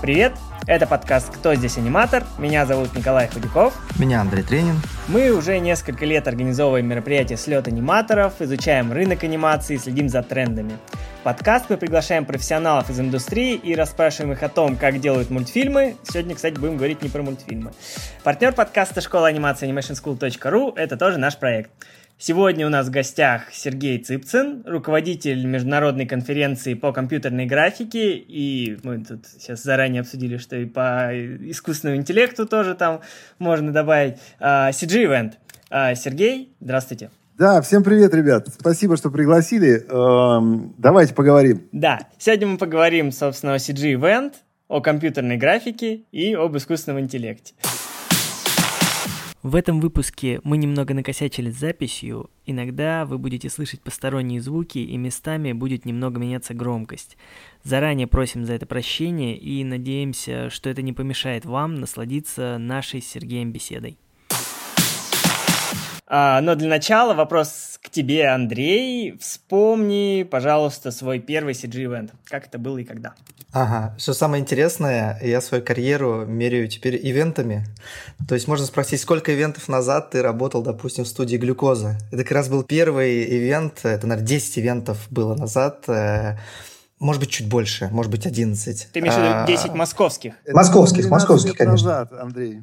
привет! Это подкаст «Кто здесь аниматор?». Меня зовут Николай Худяков. Меня Андрей Тренин. Мы уже несколько лет организовываем мероприятия «Слет аниматоров», изучаем рынок анимации, следим за трендами. В подкаст мы приглашаем профессионалов из индустрии и расспрашиваем их о том, как делают мультфильмы. Сегодня, кстати, будем говорить не про мультфильмы. Партнер подкаста «Школа анимации animationschool.ru» — это тоже наш проект. Сегодня у нас в гостях Сергей Цыпцин, руководитель международной конференции по компьютерной графике, и мы тут сейчас заранее обсудили, что и по искусственному интеллекту тоже там можно добавить. CG Event. Сергей, здравствуйте. Да, всем привет, ребят. Спасибо, что пригласили. Давайте поговорим. Да, сегодня мы поговорим, собственно, о CG Event, о компьютерной графике и об искусственном интеллекте. В этом выпуске мы немного накосячили с записью. Иногда вы будете слышать посторонние звуки, и местами будет немного меняться громкость. Заранее просим за это прощения и надеемся, что это не помешает вам насладиться нашей с Сергеем беседой. Но для начала вопрос к тебе, Андрей. Вспомни, пожалуйста, свой первый CG-ивент. Как это было и когда? Ага, что самое интересное, я свою карьеру меряю теперь ивентами. То есть можно спросить, сколько ивентов назад ты работал, допустим, в студии «Глюкоза». Это как раз был первый ивент, это, наверное, 10 ивентов было назад. Может быть, чуть больше, может быть, 11. Ты имеешь в виду 10 московских? Московских, конечно. Назад, Андрей.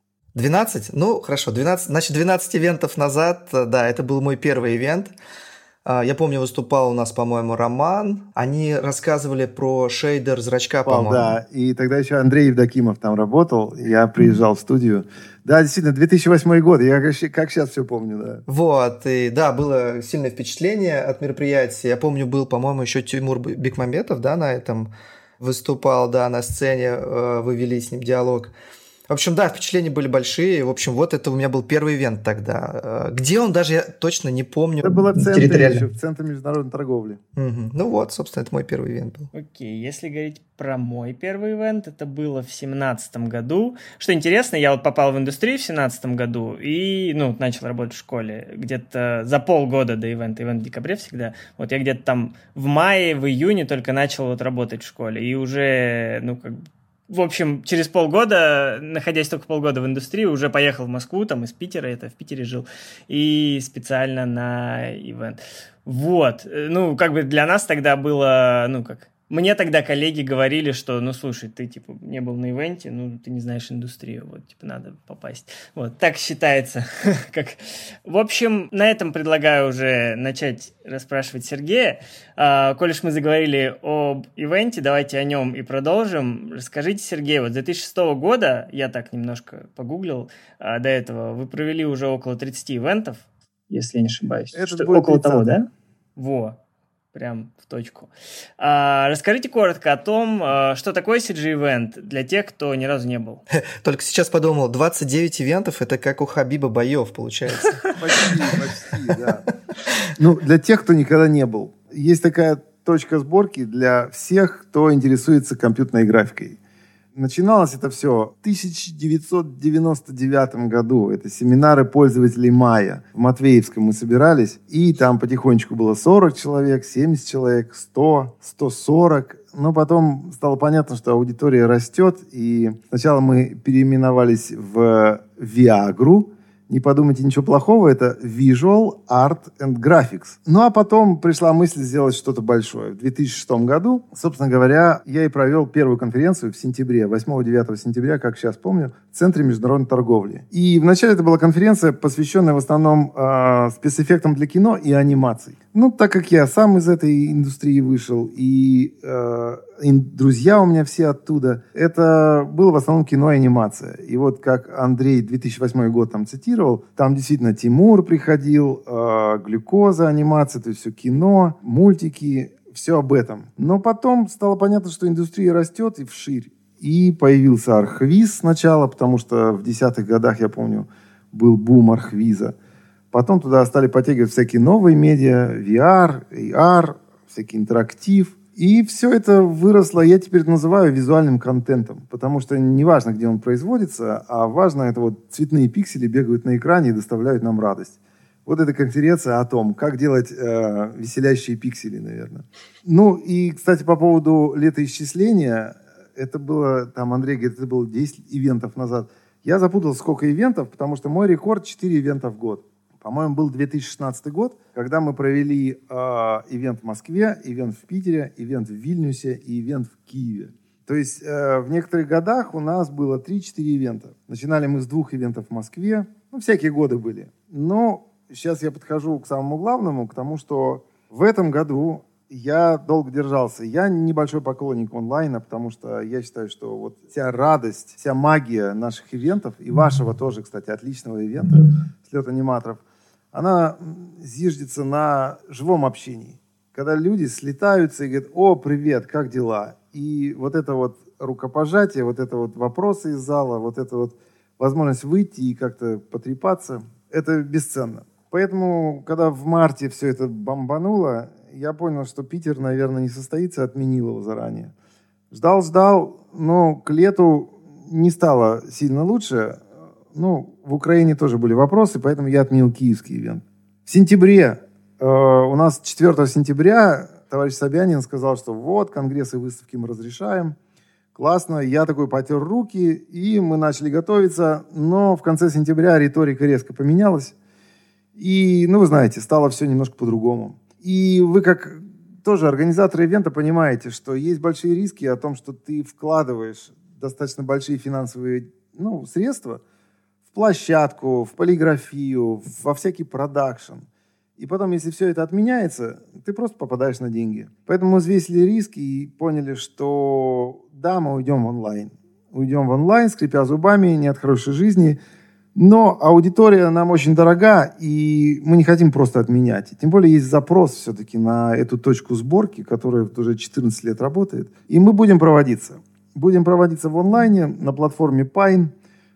12? Ну, хорошо, 12, значит, 12 ивентов назад, да, это был мой первый ивент. Я помню, выступал у нас, по-моему, Роман. Они рассказывали про шейдер зрачка, по-моему. Да, и тогда еще Андрей Евдокимов там работал. Я приезжал в студию. Да, действительно, 2008 год. Я как сейчас все помню, да. Вот, и да, было сильное впечатление от мероприятия. Я помню, был, по-моему, еще Тимур Бекмамбетов, да, на этом выступал, да, на сцене, вы вели с ним диалог. В общем, да, впечатления были большие. В общем, вот это у меня был первый ивент тогда. Где он, даже я точно не помню. Это было в центре международной торговли. Угу. Ну вот, собственно, это мой первый ивент был. Окей, если говорить про мой первый ивент, это было в 2017 году. Что интересно, я вот попал в индустрию в 2017 году и, начал работать в школе. Где-то за полгода до ивента. Ивент в декабре всегда. Вот я где-то там в мае, в июне только начал вот работать в школе. И уже, в общем, через полгода, находясь только полгода в индустрии, уже поехал в Москву, там из Питера, в Питере жил, и специально на ивент. Вот, для нас тогда было, Мне тогда коллеги говорили, что, слушай, ты, не был на ивенте, ты не знаешь индустрию, надо попасть. Вот, так считается. В общем, на этом предлагаю уже начать расспрашивать Сергея. Коль уж мы заговорили об ивенте, давайте о нем и продолжим. Расскажите, Сергей, вот с 2006 года, я так немножко погуглил до этого, вы провели уже около 30 ивентов, если я не ошибаюсь. Это будет около того, да? Во. Прям в точку. Расскажите коротко о том, что такое CG-ивент для тех, кто ни разу не был. Только сейчас подумал, 29 ивентов – это как у Хабиба боев, получается. Почти, да. Для тех, кто никогда не был. Есть такая точка сборки для всех, кто интересуется компьютерной графикой. Начиналось это все в 1999 году. Это семинары пользователей Maya. В Матвеевском мы собирались, и там потихонечку было 40 человек, 70 человек, 100, 140. Но потом стало понятно, что аудитория растет, и сначала мы переименовались в Viagru. Не подумайте ничего плохого, это Visual Art and Graphics. А потом пришла мысль сделать что-то большое. В 2006 году, собственно говоря, я и провел первую конференцию в сентябре, 8-9 сентября, как сейчас помню, в Центре международной торговли. И вначале это была конференция, посвященная в основном спецэффектам для кино и анимаций. Так как я сам из этой индустрии вышел, и друзья у меня все оттуда, это было в основном кино и анимация. И вот как Андрей 2008 год там цитировал, там действительно Тимур приходил, Глюкоза, анимация, то есть все кино, мультики, все об этом. Но потом стало понятно, что индустрия растет и вширь. И появился Архвиз сначала, потому что в 10-х годах, я помню, был бум Архвиза. Потом туда стали подтягивать всякие новые медиа, VR, AR, всякий интерактив. И все это выросло, я теперь это называю визуальным контентом, потому что не важно, где он производится, а важно, это цветные пиксели бегают на экране и доставляют нам радость. Вот эта конференция о том, как делать веселящие пиксели, наверное. И, кстати, по поводу летоисчисления, Это было, там Андрей говорит, это было 10 ивентов назад. Я запутал, сколько ивентов, потому что мой рекорд 4 ивента в год. По-моему, был 2016 год, когда мы провели ивент в Москве, ивент в Питере, ивент в Вильнюсе и ивент в Киеве. То есть в некоторых годах у нас было 3-4 ивента. Начинали мы с 2 ивентов в Москве. Всякие годы были. Но сейчас я подхожу к самому главному, к тому, что в этом году я долго держался. Я небольшой поклонник онлайна, потому что я считаю, что вот вся радость, вся магия наших ивентов, и вашего тоже, кстати, отличного ивента, слет аниматоров, она зиждется на живом общении. Когда люди слетаются и говорят: «О, привет, как дела?» И вот это вот рукопожатие, вот это вот вопросы из зала, вот это вот возможность выйти и как-то потрепаться, это бесценно. Поэтому, когда в марте все это бомбануло, я понял, что Питер, наверное, не состоится, отменил его заранее. Ждал, но к лету не стало сильно лучше. В Украине тоже были вопросы, поэтому я отменил киевский ивент. В сентябре, у нас 4 сентября, товарищ Собянин сказал, что вот, конгрессы и выставки мы разрешаем. Классно, я такой потер руки, и мы начали готовиться, но в конце сентября риторика резко поменялась. И, вы знаете, стало все немножко по-другому. И вы, как тоже организаторы ивента, понимаете, что есть большие риски о том, что ты вкладываешь достаточно большие финансовые средства в площадку, в полиграфию, во всякий продакшн. И потом, если все это отменяется, ты просто попадаешь на деньги. Поэтому мы взвесили риски и поняли, что да, мы уйдем в онлайн. Уйдем в онлайн, скрипя зубами, не от хорошей жизни. Но аудитория нам очень дорога, и мы не хотим просто отменять. Тем более есть запрос все-таки на эту точку сборки, которая уже 14 лет работает. И мы будем проводиться. Будем проводиться в онлайне на платформе Pine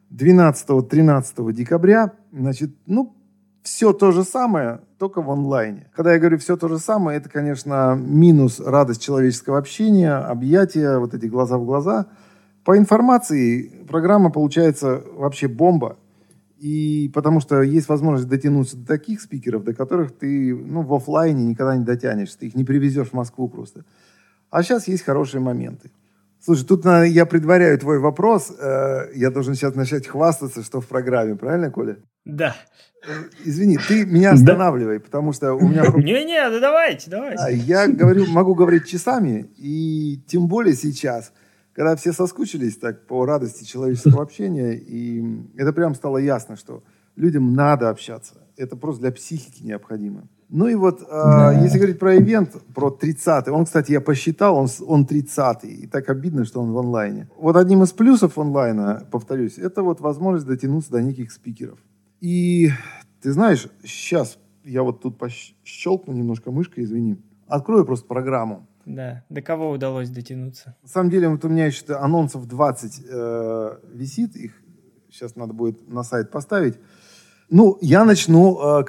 12-13 декабря. Значит, все то же самое, только в онлайне. Когда я говорю все то же самое, это, конечно, минус радость человеческого общения, объятия, вот эти глаза в глаза. По информации программа получается вообще бомба. И потому что есть возможность дотянуться до таких спикеров, до которых ты в офлайне никогда не дотянешься. Ты их не привезешь в Москву просто. А сейчас есть хорошие моменты. Слушай, тут я предваряю твой вопрос. Я должен сейчас начать хвастаться, что в программе. Правильно, Коля? Да. Извини, ты меня останавливай, потому что у меня... Не, давайте. Я могу говорить часами, и тем более сейчас, когда все соскучились так по радости человеческого общения, и это прям стало ясно, что людям надо общаться. Это просто для психики необходимо. И вот, если говорить про ивент, про 30-й, он, кстати, я посчитал, он 30-й, и так обидно, что он в онлайне. Вот одним из плюсов онлайна, повторюсь, это вот возможность дотянуться до неких спикеров. И ты знаешь, сейчас я вот тут пощелкну немножко мышкой, извини, открою просто программу. Да, до кого удалось дотянуться? На самом деле, вот у меня еще анонсов 20 висит, их сейчас надо будет на сайт поставить. Я начну,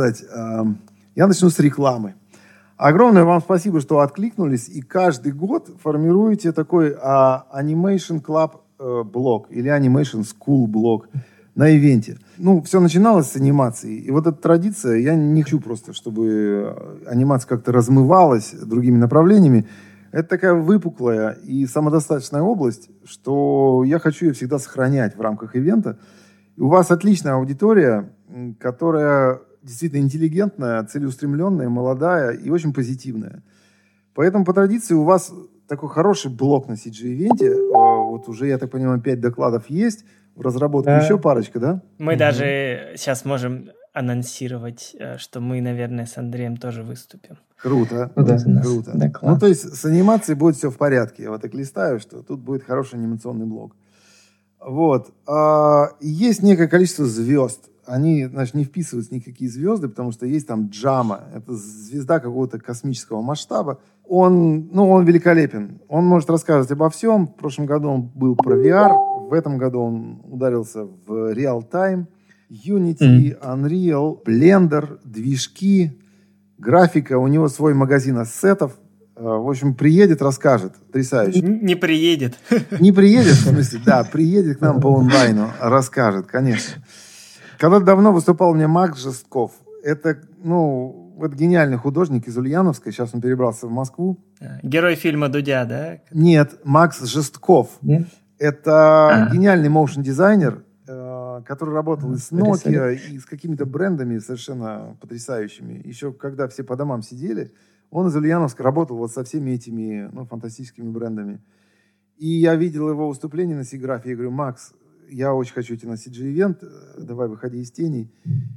я начну с рекламы. Огромное вам спасибо, что откликнулись, и каждый год формируете такой Animation Club блог или Animation School блог на ивенте. Все начиналось с анимации. И вот эта традиция, я не хочу просто, чтобы анимация как-то размывалась другими направлениями. Это такая выпуклая и самодостаточная область, что я хочу ее всегда сохранять в рамках ивента. И у вас отличная аудитория, которая действительно интеллигентная, целеустремленная, молодая и очень позитивная. Поэтому по традиции у вас такой хороший блок на CG-ивенте. Вот уже, я так понимаю, 5 докладов есть. В разработке еще парочка, да? Мы даже сейчас можем анонсировать, что мы, наверное, с Андреем тоже выступим. Круто. Круто. Доклад. То есть с анимацией будет все в порядке. Я вот так листаю, что тут будет хороший анимационный блок. Вот. Есть некое количество звезд. Они, не вписываются никакие звезды, потому что есть там Джама. Это звезда какого-то космического масштаба. Он великолепен. Он может рассказывать обо всем. В прошлом году он был про VR. В этом году он ударился в Real-Time, Unity, Unreal, Blender, движки, графика. У него свой магазин ассетов. В общем, приедет, расскажет. Потрясающе. Не приедет. Не приедет, в смысле, да, приедет к нам по онлайну, расскажет, конечно. Когда давно выступал у меня Макс Жестков, это, вот гениальный художник из Ульяновска, сейчас он перебрался в Москву. Герой фильма «Дудя», да? Нет, Макс Жестков. Нет? Это гениальный моушн-дизайнер, который работал и с Nokia, и с какими-то брендами совершенно потрясающими. Еще когда все по домам сидели, он из Ульяновска работал вот со всеми этими фантастическими брендами. И я видел его выступление на Сиграфе. Я говорю: Макс, я очень хочу идти на CG-ивент, давай выходи из теней.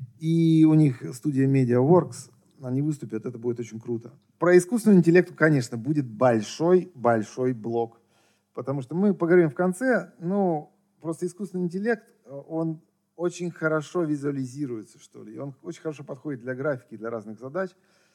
И у них студия MediaWorks, они выступят, это будет очень круто. Про искусственный интеллект, конечно, будет большой-большой блок. Потому что мы поговорим в конце, просто искусственный интеллект, он очень хорошо визуализируется, что ли. И он очень хорошо подходит для графики, для разных задач.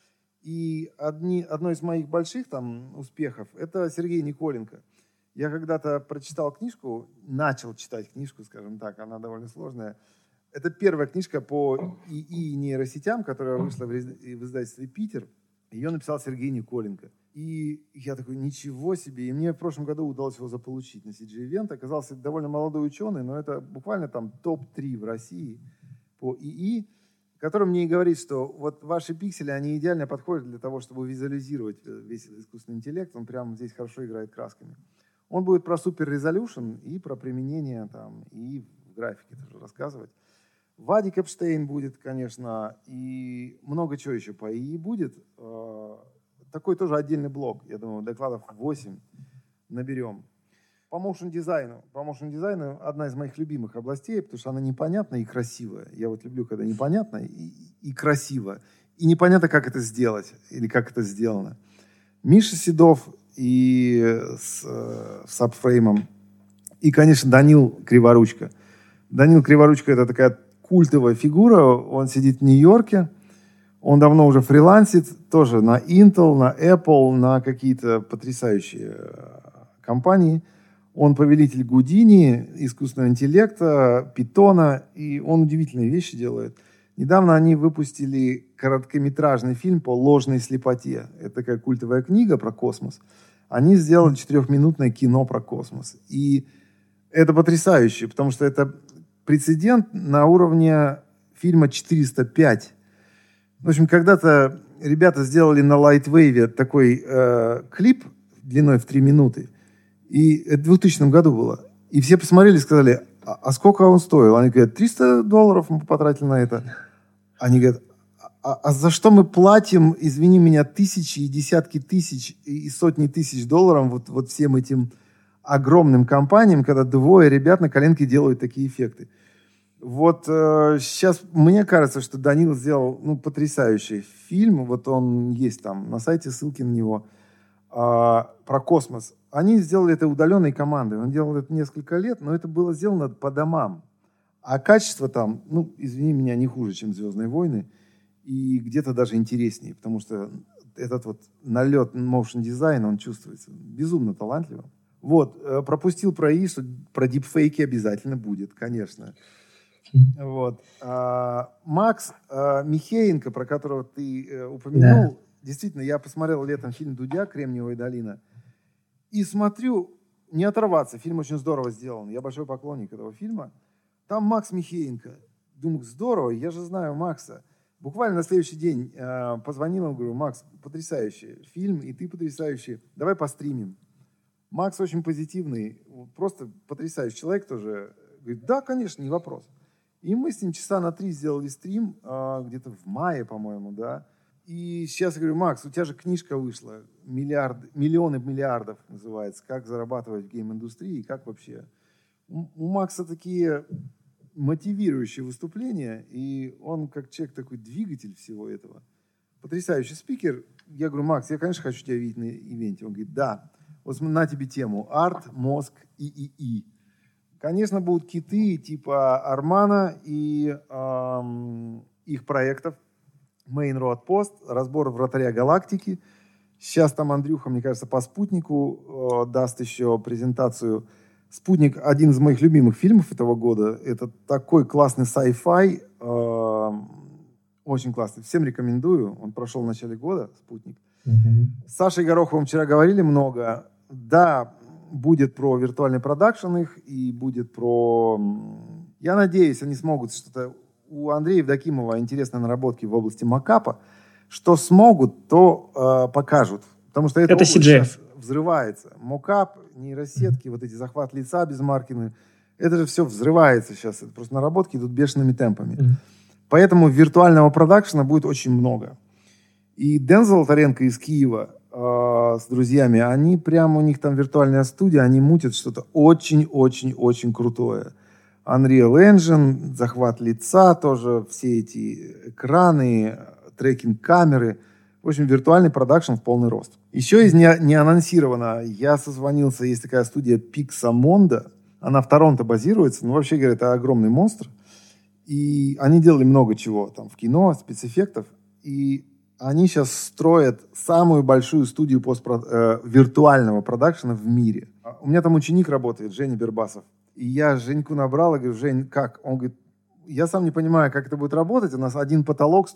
И одно из моих больших успехов – это Сергей Николенко. Я когда-то прочитал книжку, начал читать книжку, скажем так, она довольно сложная. Это первая книжка по ИИ и нейросетям, которая вышла в издательстве «Питер». Ее написал Сергей Николенко. И я такой: ничего себе. И мне в прошлом году удалось его заполучить на CG-ивент. Оказался довольно молодой ученый, но это буквально топ-3 в России по ИИ, который мне и говорит, что вот ваши пиксели, они идеально подходят для того, чтобы визуализировать весь искусственный интеллект. Он прямо здесь хорошо играет красками. Он будет про супер резолюшн и про применение и в графике тоже рассказывать. Вадик Эпштейн будет, конечно, и много чего еще по ИИ будет. Такой тоже отдельный блок. Я думаю, докладов 8 наберем. По моушн-дизайну. Одна из моих любимых областей, потому что она непонятная и красивая. Я вот люблю, когда непонятно и красиво. И непонятно, как это сделать или как это сделано. Миша Седов и с сабфреймом. И, конечно, Данил Криворучко. Данил Криворучко – это такая культовая фигура. Он сидит в Нью-Йорке. Он давно уже фрилансит. Тоже на Intel, на Apple, на какие-то потрясающие компании. Он повелитель Гудини, искусственного интеллекта, питона. И он удивительные вещи делает. Недавно они выпустили короткометражный фильм по ложной слепоте. Это такая культовая книга про космос. Они сделали 4-минутное кино про космос. И это потрясающе, потому что это прецедент на уровне фильма «405». В общем, когда-то ребята сделали на Lightwave такой клип длиной в 3 минуты. И это в 2000 году было. И все посмотрели и сказали: а сколько он стоил? Они говорят: $300 мы потратили на это. Они говорят: а за что мы платим, извини меня, тысячи и десятки тысяч и сотни тысяч долларов вот всем этим огромным компаниям, когда двое ребят на коленке делают такие эффекты? Вот сейчас мне кажется, что Данил сделал потрясающий фильм. Вот он есть там на сайте, ссылки на него, про космос. Они сделали это удаленной командой. Он делал это несколько лет, но это было сделано по домам. А качество там, извини меня, не хуже, чем «Звездные войны». И где-то даже интереснее, потому что этот вот налет моушн-дизайна, он чувствуется. Безумно талантливо. Вот, пропустил про ИИ, что про дипфейки обязательно будет, конечно. Вот. Макс Михеенко, про которого ты упомянул, да. Действительно, я посмотрел летом фильм Дудя «Кремниевая долина». И смотрю, не оторваться. Фильм очень здорово сделан. Я большой поклонник этого фильма. Там Макс Михеенко. Думаю, здорово, я же знаю Макса. Буквально на следующий день позвонил ему, говорю: Макс, потрясающий фильм, и ты потрясающий. Давай постримим. Макс очень позитивный, просто потрясающий человек тоже. Говорит: да, конечно, не вопрос. И мы с ним часа на 3 сделали стрим, где-то в мае, по-моему, да. И сейчас я говорю: Макс, у тебя же книжка вышла, «Миллионы миллиардов» называется, «Как зарабатывать в гейм-индустрии» и как вообще. У Макса такие мотивирующие выступления, и он как человек такой двигатель всего этого. Потрясающий спикер. Я говорю: Макс, я, конечно, хочу тебя видеть на ивенте. Он говорит: да, вот на тебе тему «Арт, мозг и ИИ». Конечно, будут киты типа Армана и их проектов. Main Road Post, разбор вратаря галактики. Сейчас там Андрюха, мне кажется, по «Спутнику» даст еще презентацию. «Спутник» — один из моих любимых фильмов этого года. Это такой классный sci-fi, очень классный. Всем рекомендую. Он прошел в начале года, «Спутник». С Сашей Гороховым вчера говорили много. Да, будет про виртуальный продакшн их, и будет про... Я надеюсь, они смогут что-то... У Андрея Евдокимова интересные наработки в области макапа. Что смогут, то покажут. Потому что это CGF. Взрывается. Мокап, нейросетки, вот эти захват лица без маркинга, это же все взрывается сейчас. Это просто наработки идут бешеными темпами. Поэтому виртуального продакшена будет очень много. И Дэн Золотаренко из Киева с друзьями, они прямо, у них там виртуальная студия, они мутят что-то очень-очень-очень крутое. Unreal Engine, захват лица тоже, все эти экраны, трекинг камеры. В общем, виртуальный продакшн в полный рост. Еще из не анонсировано, я созвонился, есть такая студия Pixamondo, она в Торонто базируется, но вообще, говорят, это огромный монстр. И они делали много чего, там, в кино, спецэффектов. И они сейчас строят самую большую студию виртуального продакшена в мире. У меня там ученик работает, Женя Бербасов. И я Женьку набрал, и говорю: Жень, как? Он говорит: я сам не понимаю, как это будет работать. У нас один потолок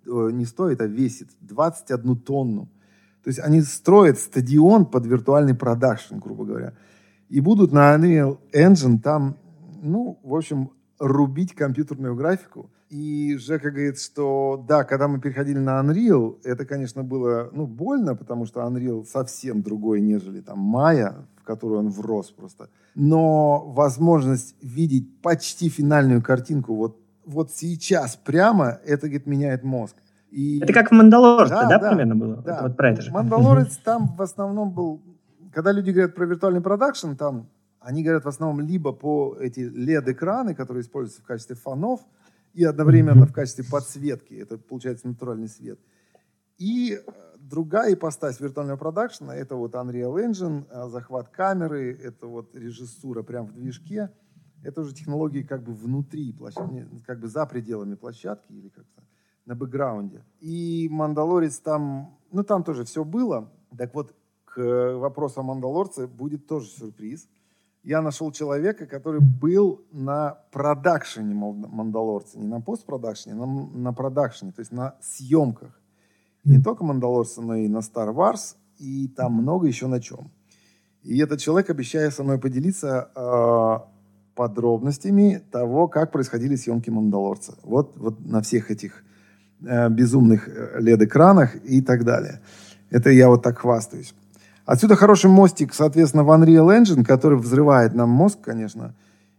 весит 21 тонну. То есть они строят стадион под виртуальный продакшн, грубо говоря. И будут на Unreal Engine там, в общем, рубить компьютерную графику. И Жека говорит, что да, когда мы переходили на Unreal, это, конечно, было больно, потому что Unreal совсем другой, нежели там Maya, в которую он врос просто. Но возможность видеть почти финальную картинку вот сейчас прямо, это, говорит, меняет мозг. И... Это как в «Мандалорце», да, примерно было? Да, вот про это же. «Мандалорец» там в основном был... Когда люди говорят про виртуальный продакшн, там они говорят в основном либо по эти LED-экраны, которые используются в качестве фонов, и одновременно в качестве подсветки. Это, получается, натуральный свет. И другая ипостась виртуального продакшена — это вот Unreal Engine, захват камеры, это вот режиссура прямо в движке. Это уже технологии как бы внутри площадки, как бы за пределами площадки или как-то на бэкграунде. И «Мандалорец» там, там тоже все было. Так вот, к вопросу о «Мандалорце» будет тоже сюрприз. Я нашел человека, который был на продакшене «Мандалорца». Не на постпродакшене, а на продакшене, то есть на съемках. И не только «Мандалорца», но и на «Star Wars», и там много еще на чем. И этот человек обещает со мной поделиться подробностями того, как происходили съемки «Мандалорца». Вот на всех этих безумных LED-экранах и так далее. Это я вот так хвастаюсь. Отсюда хороший мостик, соответственно, в Unreal Engine, который взрывает нам мозг, конечно.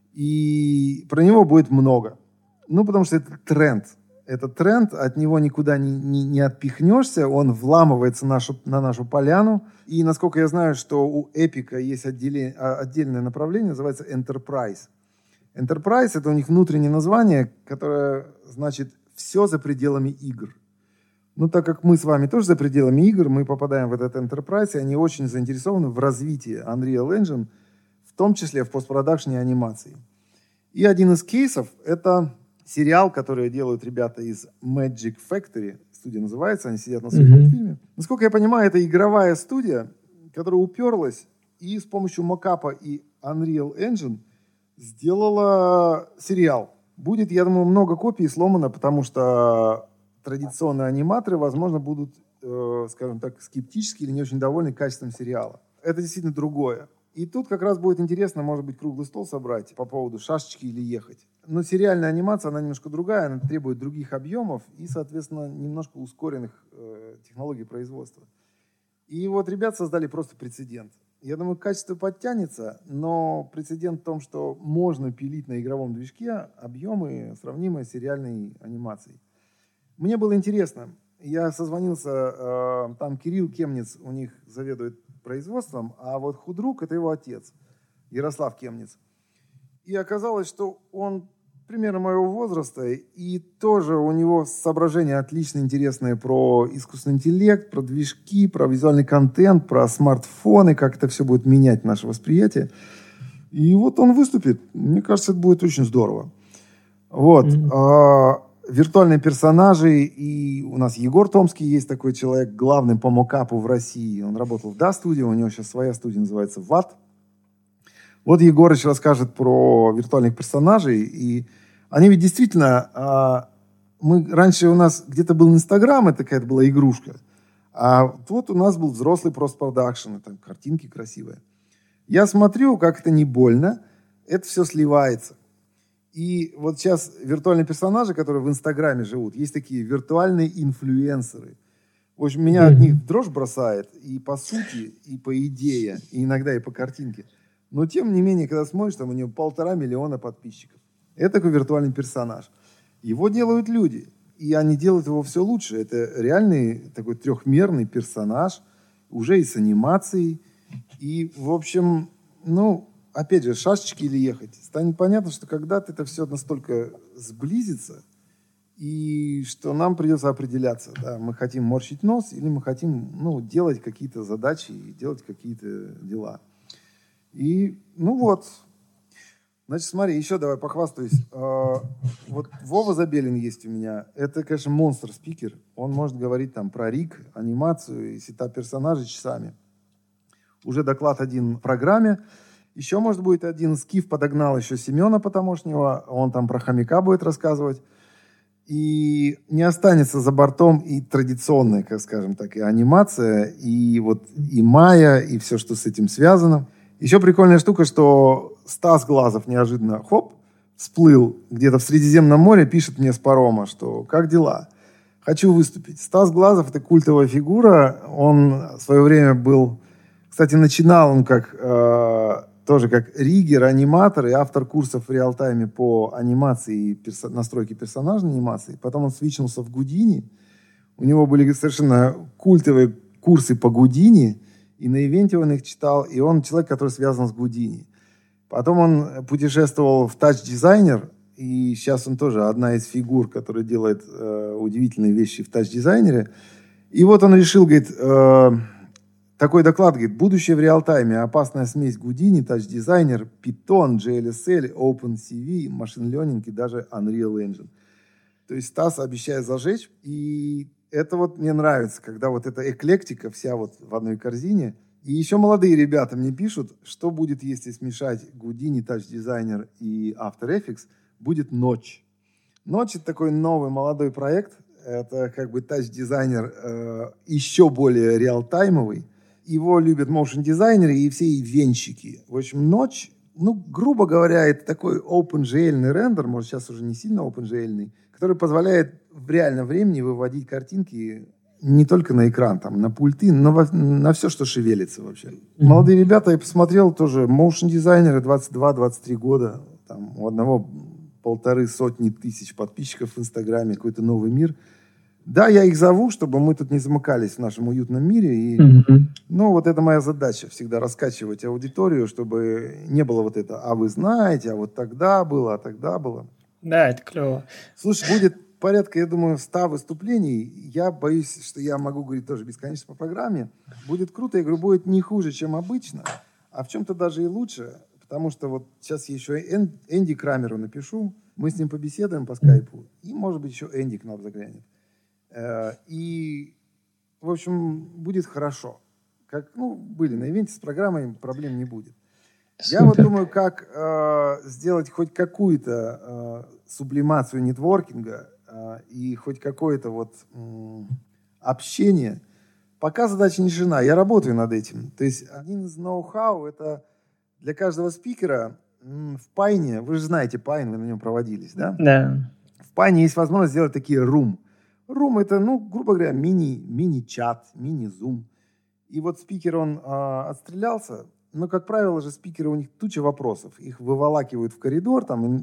И про него будет много. Потому что это тренд. Это тренд, от него никуда не отпихнешься. Он вламывается на нашу поляну. И, насколько я знаю, что у Epic есть отдельное направление, называется Enterprise. Enterprise — это у них внутреннее название, которое значит «все за пределами игр». Так как мы с вами тоже за пределами игр, мы попадаем в этот Enterprise, и они очень заинтересованы в развитии Unreal Engine, в том числе в постпродакшне и анимации. И один из кейсов — это сериал, который делают ребята из Magic Factory, студия называется, они сидят на своем мультфильме. Насколько я понимаю, это игровая студия, которая уперлась и с помощью мокапа и Unreal Engine сделала сериал. Будет, я думаю, много копий сломано, потому что традиционные аниматоры, возможно, будут, скажем так, скептически или не очень довольны качеством сериала. Это действительно другое. И тут как раз будет интересно, может быть, круглый стол собрать по поводу шашечки или ехать. Но сериальная анимация, она немножко другая, она требует других объемов и, соответственно, немножко ускоренных технологий производства. И вот ребят создали просто прецедент. Я думаю, качество подтянется, но прецедент в том, что можно пилить на игровом движке объемы, сравнимые с сериальной анимацией. Мне было интересно. Я созвонился, там Кирилл Кемниц у них заведует производством, а вот худрук — это его отец, Ярослав Кемниц. И оказалось, что он примерно моего возраста, и тоже у него соображения отлично интересные про искусственный интеллект, про движки, про визуальный контент, про смартфоны, как это все будет менять наше восприятие. И вот он выступит. Мне кажется, это будет очень здорово. Вот. Виртуальные персонажи, и у нас Егор Томский есть такой человек, главный по мокапу в России. Он работал в DA-студии, у него сейчас своя студия называется ВАТ. Вот Егорыч расскажет про виртуальных персонажей, и они ведь действительно... раньше у нас где-то был Инстаграм, это какая-то была игрушка, а вот у нас был взрослый постпродакшн, там картинки красивые. Я смотрю, как это не больно, это все сливается. И вот сейчас виртуальные персонажи, которые в Инстаграме живут, есть такие виртуальные инфлюенсеры. В общем, меня от них дрожь бросает и по сути, и по идее, и иногда и по картинке. Но тем не менее, когда смотришь, там у него 1,5 миллиона подписчиков. Это такой виртуальный персонаж. Его делают люди, и они делают его все лучше. Это реальный такой трехмерный персонаж, уже и с анимацией. И, в общем, опять же, шашечки или ехать. Станет понятно, что когда-то это все настолько сблизится, и что нам придется определяться, да, мы хотим морщить нос или мы хотим делать какие-то задачи и делать какие-то дела. И, Значит, смотри, еще давай похвастаюсь. Вот Вова Забелин есть у меня. Это, конечно, монстр-спикер. Он может говорить там про риг, анимацию и сетап персонажей часами. Уже доклад один в программе. Еще, может, будет один. Скиф подогнал еще Семена Потомошнего. Он там про хомяка будет рассказывать. И не останется за бортом и традиционная, как скажем так, и анимация, и майя, и все, что с этим связано. Еще прикольная штука, что Стас Глазов неожиданно, всплыл где-то в Средиземном море, пишет мне с парома, что как дела? Хочу выступить. Стас Глазов — это культовая фигура. Он в свое время был... Кстати, начинал он тоже как риггер, аниматор и автор курсов в реал-тайме по анимации и настройке персонажной анимации. Потом он свичнулся в Гудини. У него были совершенно культовые курсы по Гудини. И на ивенте он их читал, и он человек, который связан с Гудини. Потом он путешествовал в Touch Designer, и сейчас он тоже одна из фигур, которая делает удивительные вещи в Touch Designer. И вот он решил, говорит, такой доклад, говорит, будущее в реал-тайме, опасная смесь Гудини, Touch Designer, Python, JLSL, OpenCV, Machine Learning и даже Unreal Engine. То есть Стас обещает зажечь, и это мне нравится, когда эта эклектика вся в одной корзине. И еще молодые ребята мне пишут, что будет, если смешать Houdini, Touch Designer и After Effects, будет Notch. Notch — это такой новый молодой проект. Это как бы Touch Designer еще более реалтаймовый. Его любят моушн-дизайнеры и все ивенщики. В общем, Notch, грубо говоря, это такой OpenGL-ный рендер, может, сейчас уже не сильно OpenGL-ный, который позволяет в реальном времени выводить картинки не только на экран, там, на пульты, но на все, что шевелится вообще. Молодые ребята, я посмотрел, тоже моушн-дизайнеры, 22-23 года, там, у одного 150 тысяч подписчиков в Инстаграме, какой-то новый мир. Да, я их зову, чтобы мы тут не замыкались в нашем уютном мире. И, это моя задача, всегда раскачивать аудиторию, чтобы не было это, а вы знаете, а вот тогда было, а тогда было. Да, это клево. Слушай, будет порядка, я думаю, 100 выступлений. Я боюсь, что я могу говорить тоже бесконечно по программе. Будет круто, я говорю, будет не хуже, чем обычно, а в чем-то даже и лучше, потому что сейчас я еще Энди Крамеру напишу, мы с ним побеседуем по скайпу, и, может быть, еще Энди к нам заглянет. И, в общем, будет хорошо. Как, были на ивенте с программой, проблем не будет. Супер. Я думаю, как сделать хоть какую-то сублимацию нетворкинга и хоть какое-то общение. Пока задача не решена. Я работаю над этим. То есть один из ноу-хау — это для каждого спикера в Пайне, вы же знаете Пайн, вы на нем проводились, да? Да. В Пайне есть возможность сделать такие room. Room — это, грубо говоря, мини-чат, мини-зум. И спикер, он отстрелялся. Но, как правило же, спикеры, у них туча вопросов. Их выволакивают в коридор,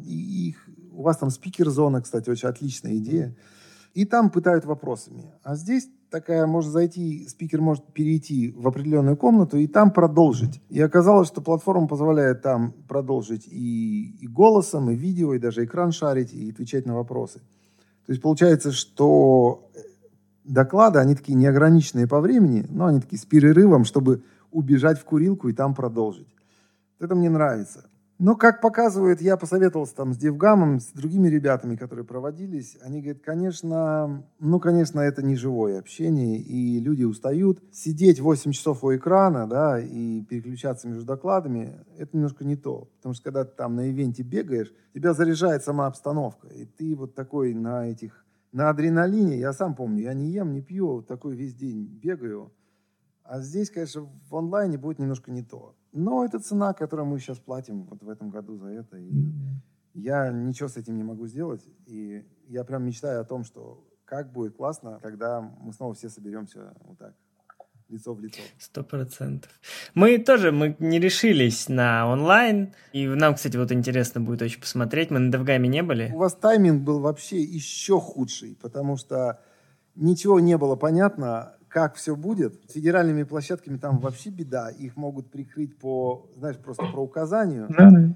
у вас там спикер-зона, кстати, очень отличная идея. И там пытают вопросами. А здесь можно зайти, спикер может перейти в определенную комнату и там продолжить. И оказалось, что платформа позволяет там продолжить и голосом, и видео, и даже экран шарить, и отвечать на вопросы. То есть получается, что доклады, они такие неограниченные по времени, но они такие с перерывом, чтобы убежать в курилку и там продолжить. Это мне нравится. Но, как показывает, я посоветовался там с Девгамом, с другими ребятами, которые проводились. Они говорят, конечно, это не живое общение, и люди устают. Сидеть 8 часов у экрана, да, и переключаться между докладами, это немножко не то. Потому что, когда ты там на ивенте бегаешь, тебя заряжает сама обстановка. И ты такой на адреналине. Я сам помню, я не ем, не пью, такой весь день бегаю. А здесь, конечно, в онлайне будет немножко не то. Но это цена, которую мы сейчас платим в этом году за это. И Я ничего с этим не могу сделать. И я прям мечтаю о том, что как будет классно, когда мы снова все соберемся вот так, лицо в лицо. 100%. Мы не решились на онлайн. И нам, кстати, вот интересно будет очень посмотреть. Мы на DevGAM не были. У вас тайминг был вообще еще худший, потому что ничего не было понятно, как все будет. С федеральными площадками там вообще беда. Их могут прикрыть просто по указанию.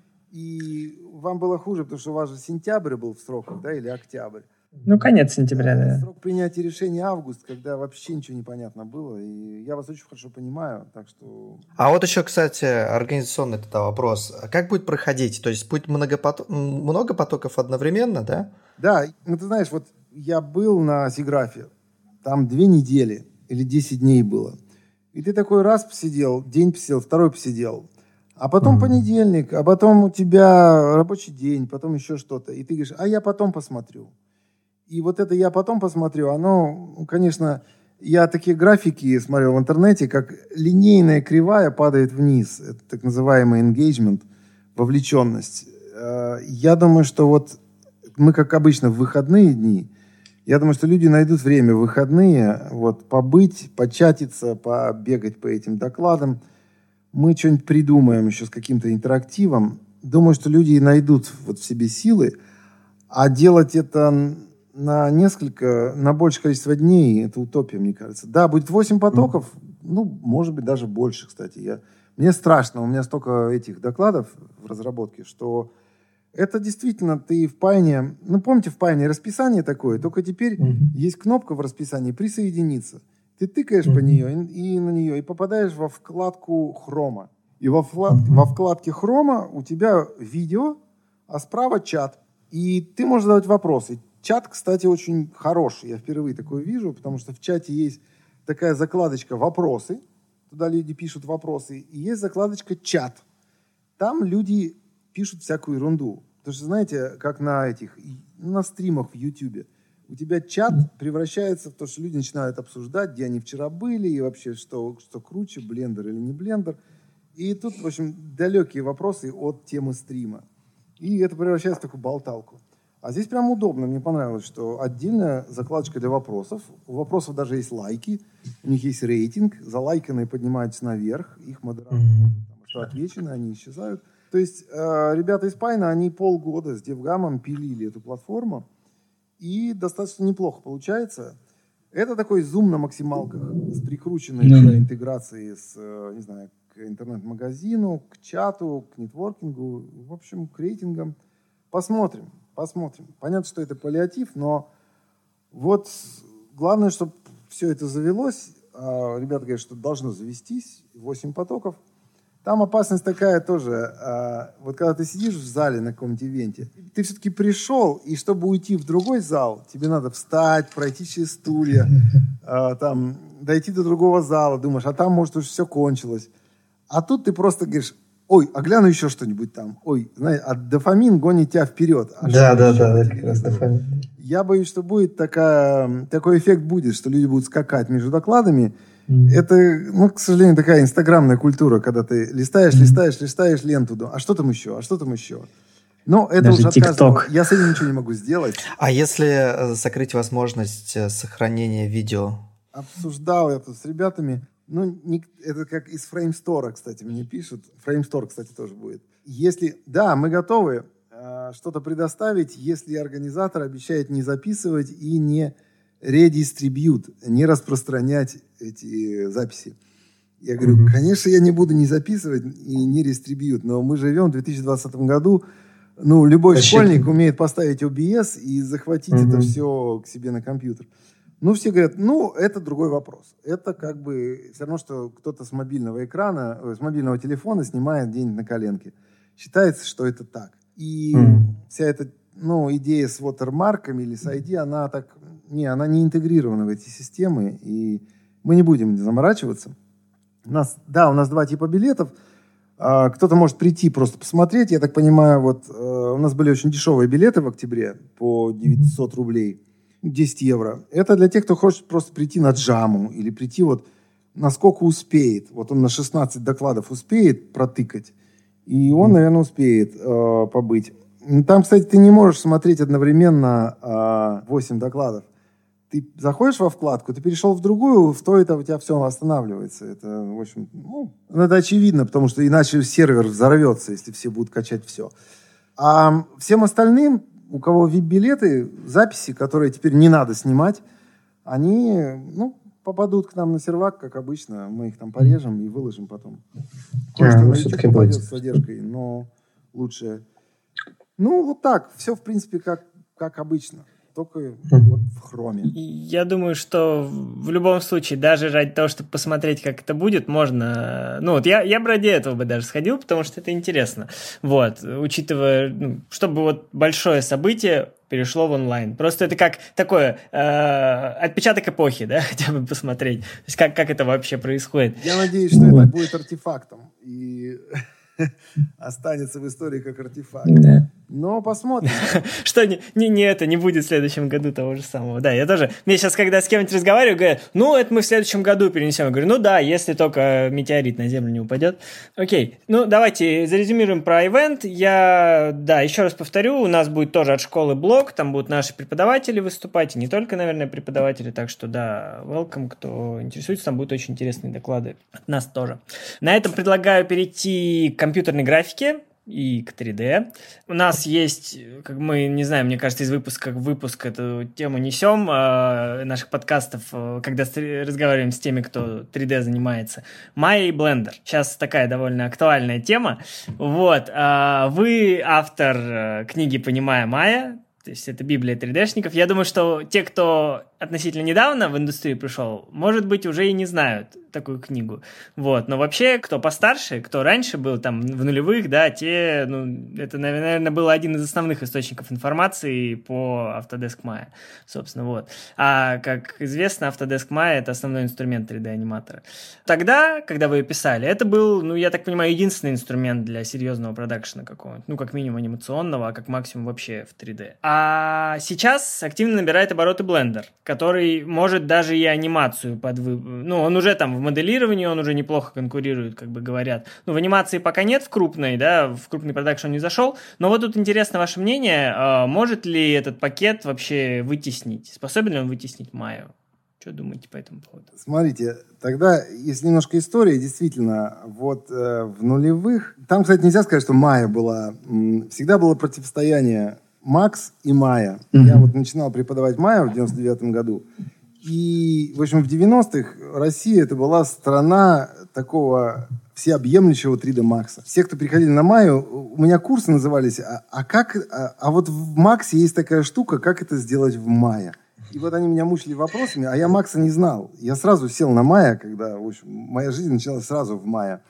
И вам было хуже, потому что у вас же сентябрь был в сроках, да, или октябрь. Конец сентября, да. Срок принятия решения август, когда вообще ничего не понятно было. И я вас очень хорошо понимаю, так что... А вот еще, кстати, организационный тогда вопрос. Как будет проходить? То есть будет много потоков одновременно, да? Да, ты знаешь, вот я был на Сиграфе, там 2 недели или 10 дней было. И ты такой раз посидел, день посидел, второй посидел. А потом понедельник, а потом у тебя рабочий день, потом еще что-то. И ты говоришь, а я потом посмотрю. И вот это «я потом посмотрю», оно, конечно, я такие графики смотрел в интернете, как линейная кривая падает вниз. Это так называемый engagement, вовлеченность. Я думаю, что вот мы, как обычно, в выходные дни, я думаю, что люди найдут время в выходные вот, побыть, початиться, побегать по этим докладам. Мы что-нибудь придумаем еще с каким-то интерактивом. Думаю, что люди найдут вот в себе силы, а делать это на большее количество дней, это утопия, мне кажется. Да, будет 8 потоков, может быть, даже больше, кстати. Мне страшно, у меня столько этих докладов в разработке, что это действительно ты в Пайне... помните, в Пайне расписание такое, только теперь есть кнопка в расписании «Присоединиться». Ты тыкаешь по нее и на нее, и попадаешь во вкладку хрома. И во вкладке хрома у тебя видео, а справа чат. И ты можешь задавать вопросы. Чат, кстати, очень хороший. Я впервые такое вижу, потому что в чате есть такая закладочка «Вопросы». Туда люди пишут вопросы. И есть закладочка «Чат». Там люди пишут всякую ерунду. Потому что, знаете, как на стримах в Ютубе. У тебя чат превращается в то, что люди начинают обсуждать, где они вчера были, и вообще, что круче, блендер или не блендер. И тут, в общем, далекие вопросы от темы стрима. И это превращается в такую болталку. А здесь прям удобно. Мне понравилось, что отдельная закладочка для вопросов. У вопросов даже есть лайки, у них есть рейтинг. Залайканные поднимаются наверх, их модераторы, потому что отвеченные, они исчезают. То есть ребята из Пайна, они полгода с DevGAM пилили эту платформу. И достаточно неплохо получается. Это такой зум на максималках с прикрученной интеграцией к интернет-магазину, к чату, к нетворкингу, в общем, к рейтингам. Посмотрим. Понятно, что это паллиатив, но вот главное, чтобы все это завелось. Ребята говорят, что должно завестись. 8 потоков. Там опасность такая тоже. Вот когда ты сидишь в зале на каком-нибудь ивенте, ты все-таки пришел, и чтобы уйти в другой зал, тебе надо встать, пройти через стулья, дойти до другого зала, думаешь, а там, может, уже все кончилось. А тут ты просто говоришь, ой, а гляну еще что-нибудь там. Ой, знаешь, а дофамин гонит тебя вперед. Да, это как раз дофамин. Я боюсь, что будет такой эффект будет, что люди будут скакать между докладами. Это, к сожалению, такая инстаграмная культура, когда ты листаешь ленту. А что там еще? Но это даже уже от каждого. TikTok. Я с этим ничего не могу сделать. А если закрыть возможность сохранения видео? Обсуждал это с ребятами. Это как из FrameStore, кстати, мне пишут. FrameStore, кстати, тоже будет. Мы готовы что-то предоставить, если организатор обещает не записывать и не редистрибьют, не распространять эти записи. Я говорю, конечно, я не буду не записывать и не рестрибьют, но мы живем в 2020 году. Любой школьник умеет поставить OBS и захватить это все к себе на компьютер. Все говорят, это другой вопрос. Это как бы все равно, что кто-то с мобильного экрана, с мобильного телефона снимает где-нибудь на коленке. Считается, что это так. И вся эта идея с watermark'ами или с ID, она не интегрирована в эти системы, и мы не будем заморачиваться. У нас 2 типа билетов. Кто-то может прийти просто посмотреть. Я так понимаю, у нас были очень дешевые билеты в октябре по 900 рублей, 10 евро. Это для тех, кто хочет просто прийти на джаму или прийти насколько успеет. Он на 16 докладов успеет протыкать, и он, наверное, успеет побыть. Там, кстати, ты не можешь смотреть одновременно 8 докладов. Ты заходишь во вкладку, ты перешел в другую, в то это у тебя все останавливается. Это, в общем, это очевидно, потому что иначе сервер взорвется, если все будут качать все. А всем остальным, у кого VIP-билеты, записи, которые теперь не надо снимать, они, попадут к нам на сервак, как обычно. Мы их там порежем и выложим потом. Кое-что на YouTube попадет с задержкой, но лучше. Вот так. Все, в принципе, как обычно. Только вот в хроме. Я думаю, что в любом случае, даже ради того, чтобы посмотреть, как это будет, можно... Я бы ради этого бы даже сходил, потому что это интересно. Учитывая, чтобы большое событие перешло в онлайн. Просто это как такое отпечаток эпохи, да, хотя бы посмотреть. То есть как это вообще происходит. Я надеюсь, что это будет артефактом. И останется в истории как артефакт. Да. Но посмотрим. Что не будет в следующем году того же самого. Да, я тоже... Мне сейчас, когда с кем-нибудь разговариваю, говорят, это мы в следующем году перенесем. Я говорю, если только метеорит на Землю не упадет. Окей, давайте зарезюмируем про ивент. Я, еще раз повторю, у нас будет тоже от школы блог, там будут наши преподаватели выступать, и не только, наверное, преподаватели, так что, welcome, кто интересуется, там будут очень интересные доклады от нас тоже. На этом предлагаю перейти к компьютерной графике и к 3D. У нас есть, как мы, не знаю, мне кажется, из выпуска в выпуск эту тему несем, наших подкастов, когда разговариваем с теми, кто 3D занимается. Maya и Blender. Сейчас такая довольно актуальная тема. Вы автор книги «Понимая Maya», то есть это Библия 3D-шников. Я думаю, что те, кто относительно недавно в индустрию пришел, может быть, уже и не знают такую книгу. Но вообще, кто постарше, кто раньше был там в нулевых, это, наверное, был один из основных источников информации по Autodesk Maya, собственно, А, как известно, Autodesk Maya — это основной инструмент 3D-аниматора. Тогда, когда вы ее писали, это был, я так понимаю, единственный инструмент для серьезного продакшена какого-нибудь, как минимум анимационного, а как максимум вообще в 3D. А сейчас активно набирает обороты Blender, который может даже и анимацию он уже там в моделировании, он уже неплохо конкурирует, как бы говорят. В анимации пока нет, в крупный продакшн он не зашел. Но тут интересно ваше мнение, может ли этот пакет вообще вытеснить? Способен ли он вытеснить Maya? Что думаете по этому поводу? Смотрите, тогда, если немножко истории, действительно, в нулевых... Там, кстати, нельзя сказать, что Maya была... Всегда было противостояние Max и Maya. Я начинал преподавать Maya в 99-м году. И, в общем, в 90-х Россия это была страна такого всеобъемлющего 3D Max. Все, кто приходили на Maya, у меня курсы назывались вот в Max есть такая штука, как это сделать в Maya. И они меня мучили вопросами, а я Max не знал. Я сразу сел на Maya, когда, в общем, моя жизнь началась сразу в Maya.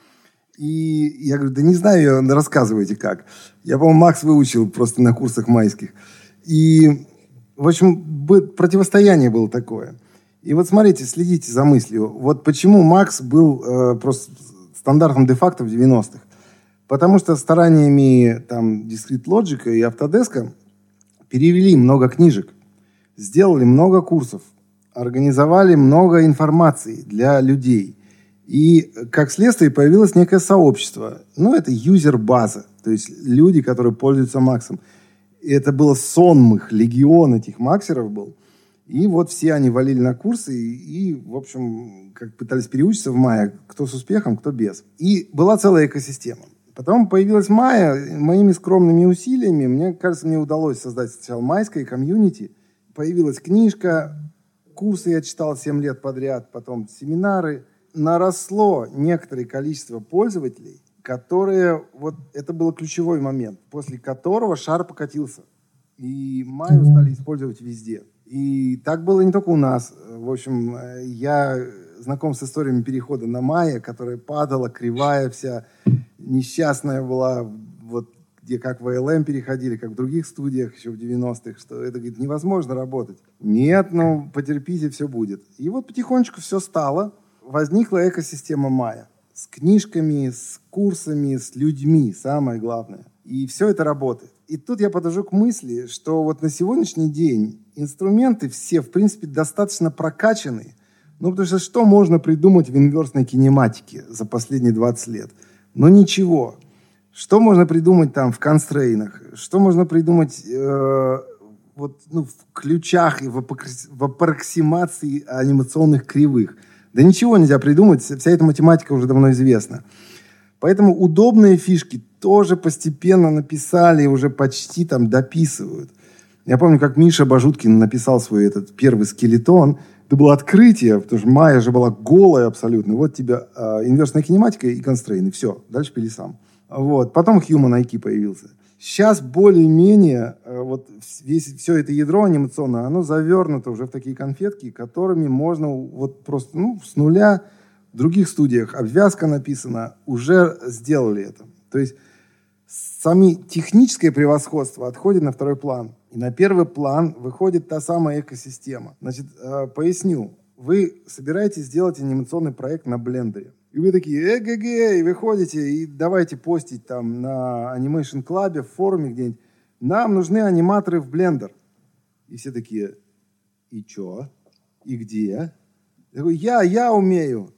И я говорю, да не знаю, рассказывайте как. Я, по-моему, Max выучил просто на курсах майских. И, в общем, противостояние было такое. И смотрите, следите за мыслью. Почему Max был просто стандартом де-факто в 90-х. Потому что стараниями Discrete Logic и Autodesk перевели много книжек, сделали много курсов, организовали много информации для людей. И, как следствие, появилось некое сообщество. Это юзер-база. То есть люди, которые пользуются Максом. И это было сонм их, легион этих максеров был. И все они валили на курсы и, в общем, как пытались переучиться в Maya, кто с успехом, кто без. И была целая экосистема. Потом появилась Maya, моими скромными усилиями, мне кажется, мне удалось создать сначала майское комьюнити. Появилась книжка, курсы я читал 7 лет подряд, потом семинары. Наросло некоторое количество пользователей, которые... это был ключевой момент, после которого шар покатился. И Maya стали использовать везде. И так было не только у нас. В общем, я знаком с историями перехода на Maya, которая падала, кривая вся, несчастная была, где как в ALM переходили, как в других студиях еще в 90-х, что это, говорит, невозможно работать. Нет, потерпите, все будет. И потихонечку все стало. Возникла экосистема Maya. С книжками, с курсами, с людьми, самое главное. И все это работает. И тут я подхожу к мысли, что на сегодняшний день инструменты все, в принципе, достаточно прокачаны. Потому что можно придумать в инверсной кинематике за последние 20 лет? Ничего. Что можно придумать там в констрейнах? Что можно придумать в ключах и в аппроксимации анимационных кривых? Да ничего нельзя придумать, вся эта математика уже давно известна. Поэтому удобные фишки тоже постепенно написали и уже почти там дописывают. Я помню, как Миша Бажуткин написал свой этот первый скелетон. Это было открытие, потому что Майя же была голая абсолютно. Вот тебе инверсная кинематика и констрейны. Все, дальше пили сам. Вот. Потом Human IQ появился. Сейчас более-менее все это ядро анимационное, оно завернуто уже в такие конфетки, которыми можно вот просто с нуля в других студиях обвязка написана, уже сделали это. То есть сами техническое превосходство отходит на второй план. И на первый план выходит та самая экосистема. Значит, поясню. Вы собираетесь сделать анимационный проект на блендере. И вы такие, и вы ходите, и давайте постить там на Animation Club, в форуме где-нибудь. Нам нужны аниматоры в блендер. И все такие, и чё? И где? Я говорю, я умею.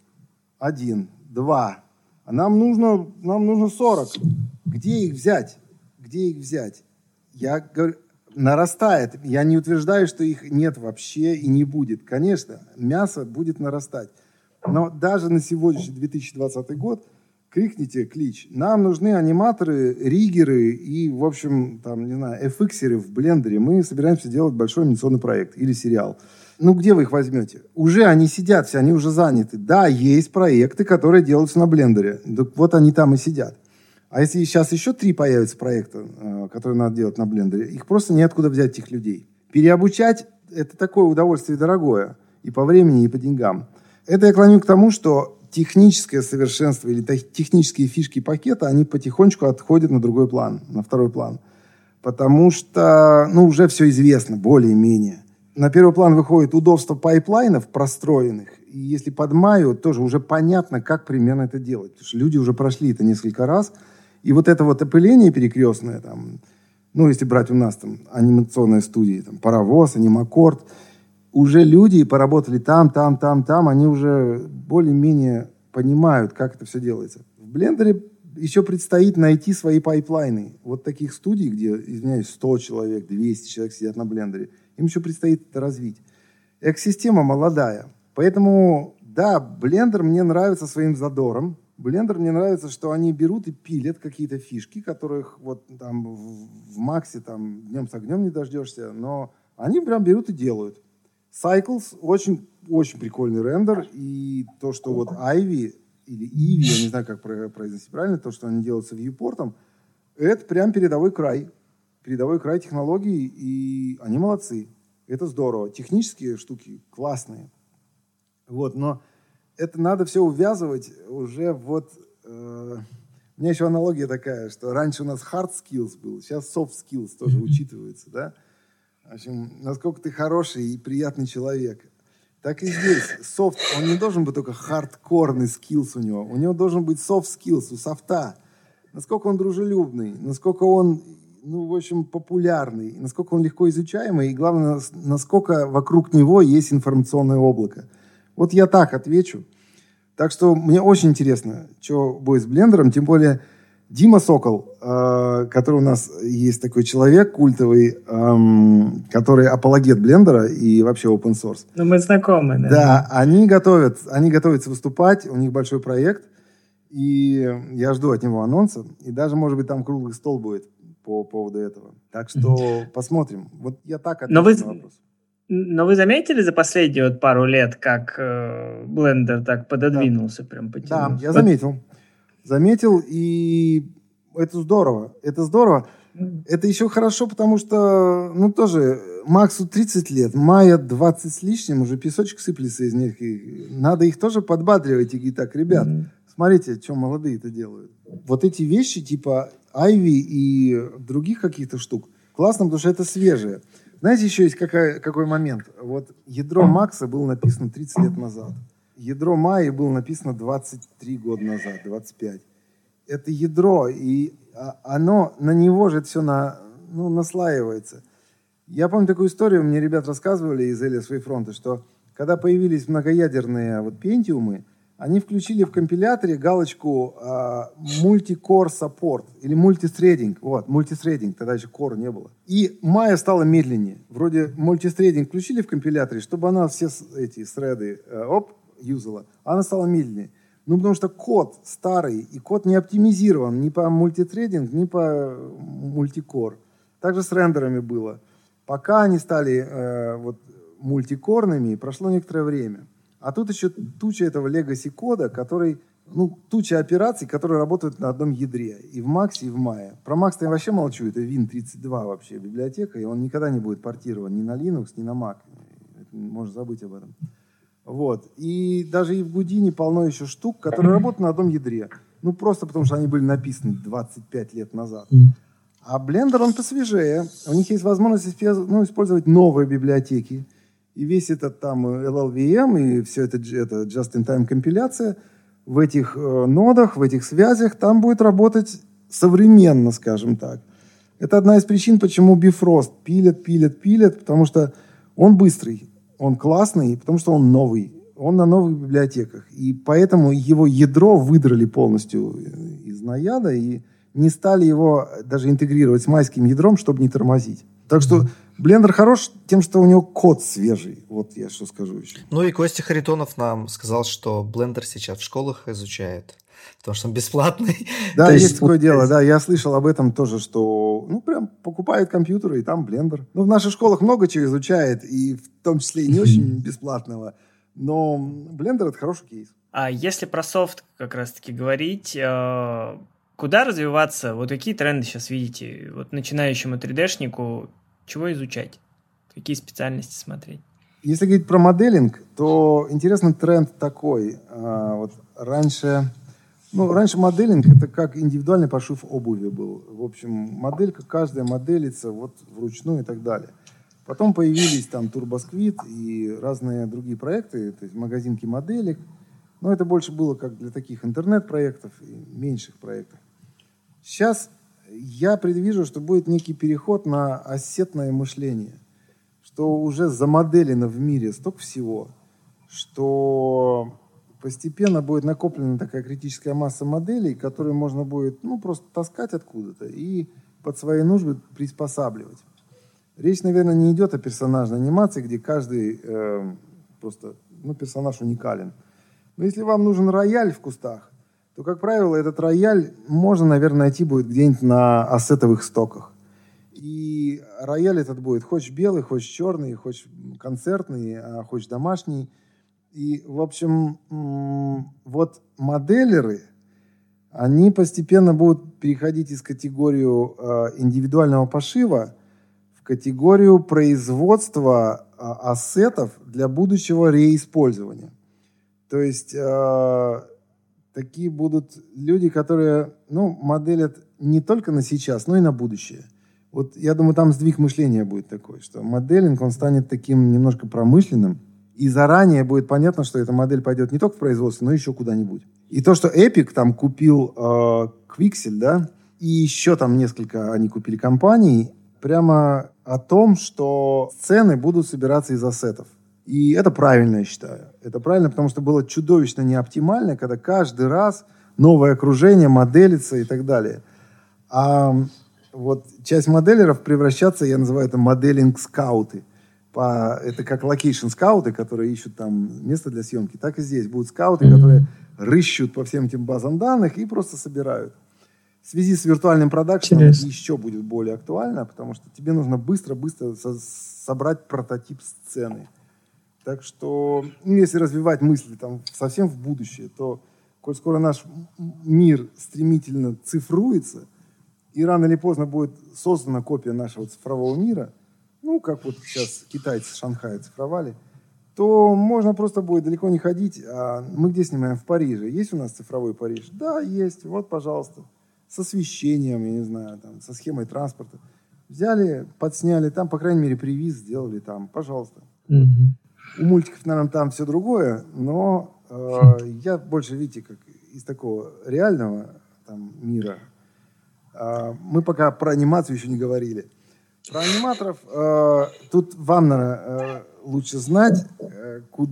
1, 2. А нам нужно 40. Где их взять? Где их взять? Я говорю, нарастает. Я не утверждаю, что их нет вообще и не будет. Конечно, мясо будет нарастать. Но даже на сегодняшний 2020 год крикните клич. Нам нужны аниматоры, риггеры и, в общем, там, не знаю, FX-еры в блендере. Мы собираемся делать большой анимационный проект или сериал. Ну, где вы их возьмете? Уже они сидят все, они уже заняты. Да, есть проекты, которые делаются на блендере. Так вот они там и сидят. А если сейчас еще 3 появятся проекта, которые надо делать на блендере, их просто неоткуда взять, этих людей. Переобучать – это такое удовольствие дорогое. И по времени, и по деньгам. Это я клоню к тому, что техническое совершенство или технические фишки пакета, они потихонечку отходят на другой план, на второй план. Потому что, уже все известно, более-менее. На первый план выходит удобство пайплайнов простроенных. И если под Майю, тоже уже понятно, как примерно это делать. Потому что люди уже прошли это несколько раз. И вот это вот опыление перекрестное, там, если брать у нас там анимационные студии, там, Паровоз, Анимакорд, уже люди поработали там, они уже более-менее понимают, как это все делается. В блендере еще предстоит найти свои пайплайны. Вот таких студий, где, извиняюсь, 100 человек, 200 человек сидят на блендере, им еще предстоит это развить. Экосистема молодая. Поэтому, да, блендер мне нравится своим задором. Блендер мне нравится, что они берут и пилят какие-то фишки, которых вот там в Максе там днем с огнем не дождешься, но они прям берут и делают. Cycles очень, очень прикольный рендер, и то, что вот Ivy или Ivy, я не знаю, как произносить правильно, то, что они делают с вьюпортом, это прям передовой край технологий, и они молодцы. Это здорово. Технические штуки классные. Вот, но это надо все увязывать уже вот... У меня еще аналогия такая, что раньше у нас hard skills был, сейчас soft skills тоже учитывается, да? В общем, насколько ты хороший и приятный человек. Так и здесь. Софт, он не должен быть только хардкорный скиллс у него должен быть soft skills у софта. Насколько он дружелюбный, насколько он, в общем, популярный, насколько он легко изучаемый, и главное, насколько вокруг него есть информационное облако. Вот я так отвечу. Так что мне очень интересно, что будет с блендером, тем более Дима Сокол, который у нас есть такой человек культовый, который апологет блендера и вообще open source. Мы знакомы, да. Да, они готовятся выступать, у них большой проект, и я жду от него анонса, и даже, может быть, там круглый стол будет по поводу этого. Так что посмотрим. Вот я так отвечу на вопрос. Но вы заметили за последние пару лет, как блендер так пододвинулся, прям потянулся? Да, я заметил, и это здорово. Это еще хорошо, потому что, тоже, Максу 30 лет, Майя 20 с лишним, уже песочек сыплется из них. И надо их тоже подбадривать. И так, ребят, смотрите, что молодые-то делают. Вот эти вещи, типа Ivy и других каких-то штук, классно, потому что это свежее. Знаете, еще есть какой момент? Вот ядро Макса было написано 30 лет назад. Ядро Майи было написано 23 года назад, 25. Это ядро, и оно, на него же это все наслаивается. Я помню такую историю, мне ребят рассказывали из Элиас Вейфронта, что когда появились многоядерные пентиумы, они включили в компиляторе галочку multi-core support или multithreading. Вот, multithreading, тогда еще core не было. И Maya стала медленнее. Вроде multithreading включили в компиляторе, чтобы она все эти threads юзала. Она стала медленнее. Ну, потому что код старый, и код не оптимизирован ни по мультитрейдинг, ни по мультикор. Также с рендерами было. Пока они стали мультикорными, прошло некоторое время. А тут еще туча этого legacy кода, туча операций, которые работают на одном ядре. И в Max, и в Maya. Про Max я вообще молчу, это Win32 вообще библиотека, и он никогда не будет портирован ни на Linux, ни на Mac. Можно забыть об этом. Вот. И даже и в Houdini полно еще штук, которые работают на одном ядре. Ну, просто потому что они были написаны 25 лет назад. А Blender, он посвежее. У них есть возможность использовать новые библиотеки. И весь этот там LLVM, и все это just-in-time компиляция в этих нодах, в этих связях, там будет работать современно, скажем так. Это одна из причин, почему Bifrost пилят, потому что он быстрый. Он классный, потому что он новый. Он на новых библиотеках. И поэтому его ядро выдрали полностью из Наяда и не стали его даже интегрировать с майским ядром, чтобы не тормозить. Так что Blender хорош тем, что у него код свежий. Вот я что скажу еще. Ну и Костя Харитонов нам сказал, что Blender сейчас в школах изучают, потому что он бесплатный. Да, есть такое дело. Да, я слышал об этом тоже, что прям покупают компьютеры, и там Blender. В наших школах много чего изучает, и в том числе и не очень бесплатного. Но Blender — это хороший кейс. А если про софт как раз-таки говорить, куда развиваться? Вот какие тренды сейчас видите? Вот начинающему 3D-шнику чего изучать? Какие специальности смотреть? Если говорить про моделинг, то интересный тренд такой. Раньше моделинг — это как индивидуальный пошив обуви был. В общем, моделька, каждая моделится вручную и так далее. Потом появились там TurboSquid и разные другие проекты, то есть магазинки моделек. Но это больше было как для таких интернет-проектов и меньших проектов. Сейчас я предвижу, что будет некий переход на ассетное мышление, что уже замоделено в мире столько всего, что постепенно будет накоплена такая критическая масса моделей, которые можно будет просто таскать откуда-то и под свои нужды приспосабливать. Речь, наверное, не идет о персонажной анимации, где каждый персонаж уникален. Но если вам нужен рояль в кустах, то, как правило, этот рояль можно, наверное, найти будет где-нибудь на ассетовых стоках. И рояль этот будет хочешь белый, хочешь черный, хочешь концертный, а хочешь домашний. И, в общем, моделеры, они постепенно будут переходить из категории индивидуального пошива в категорию производства ассетов для будущего реиспользования. То есть такие будут люди, которые моделят не только на сейчас, но и на будущее. Вот я думаю, там сдвиг мышления будет такой, что моделинг, он станет таким немножко промышленным, и заранее будет понятно, что эта модель пойдет не только в производство, но еще куда-нибудь. И то, что Epic там купил Quixel, да, и еще там несколько они купили компаний, прямо о том, что сцены будут собираться из ассетов. И это правильно, я считаю. Это правильно, потому что было чудовищно неоптимально, когда каждый раз новое окружение моделится и так далее. А часть моделеров превращаться, я называю это моделинг-скауты. Это как локейшн-скауты, которые ищут там место для съемки. Так и здесь будут скауты, которые рыщут по всем этим базам данных и просто собирают. В связи с виртуальным продакшеном еще будет более актуально, потому что тебе нужно быстро-быстро собрать прототип сцены. Так что, если развивать мысли совсем в будущее, то, коль скоро наш мир стремительно цифруется, и рано или поздно будет создана копия нашего цифрового мира, как сейчас китайцы с Шанхая цифровали, то можно просто будет далеко не ходить. А мы где снимаем? В Париже. Есть у нас цифровой Париж? Да, есть. Вот, пожалуйста. С освещением, я не знаю, со схемой транспорта. Взяли, подсняли там, по крайней мере, привиз сделали там. Пожалуйста. У мультиков, наверное, там все другое, но я больше, видите, как из такого реального мира. Мы пока про анимацию еще не говорили. Про аниматоров тут вам, наверное, лучше знать, куда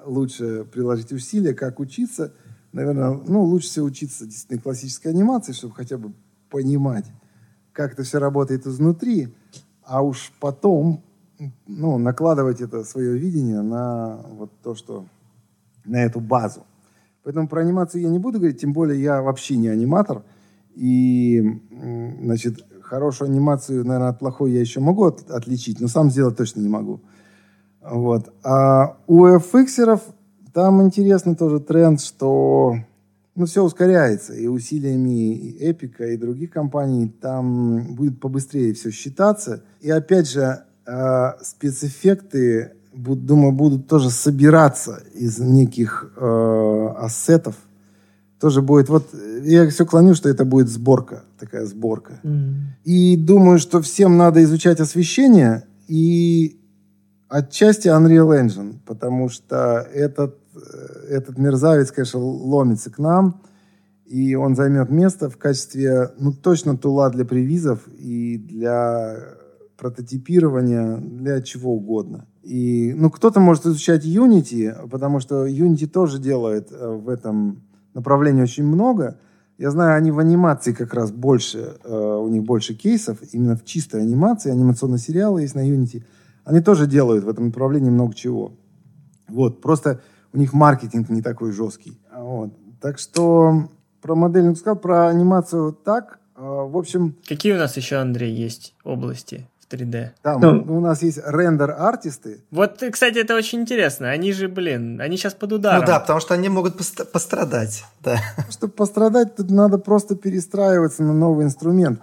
лучше приложить усилия, как учиться. Наверное, лучше всего учиться действительно классической анимации, чтобы хотя бы понимать, как это все работает изнутри, а уж потом накладывать это свое видение на вот то, что на эту базу. Поэтому про анимацию я не буду говорить, тем более я вообще не аниматор. И, значит, хорошую анимацию, наверное, от плохой я еще могу отличить, но сам сделать точно не могу. Вот. А у FX-еров там интересный тоже тренд, что все ускоряется. И усилиями и Эпика, и других компаний там будет побыстрее все считаться. И опять же, спецэффекты, думаю, будут тоже собираться из неких ассетов. Тоже будет, я все клоню, что это будет такая сборка. И думаю, что всем надо изучать освещение и отчасти Unreal Engine, потому что этот мерзавец, конечно, ломится к нам, и он займет место в качестве, точно тула для превизов и для прототипирования, для чего угодно. И, кто-то может изучать Unity, потому что Unity тоже делает в этом направлении очень много. Я знаю, они в анимации как раз больше, у них больше кейсов, именно в чистой анимации, анимационные сериалы есть на Unity. Они тоже делают в этом направлении много чего. Просто у них маркетинг не такой жесткий. Так что про моделинг сказал, про анимацию так. В общем... Какие у нас еще, Андрей, есть области в 3D? Там у нас есть рендер-артисты. Кстати, это очень интересно. Они же, они сейчас под ударом. Да, потому что они могут пострадать. Да. Чтобы пострадать, тут надо просто перестраиваться на новый инструмент.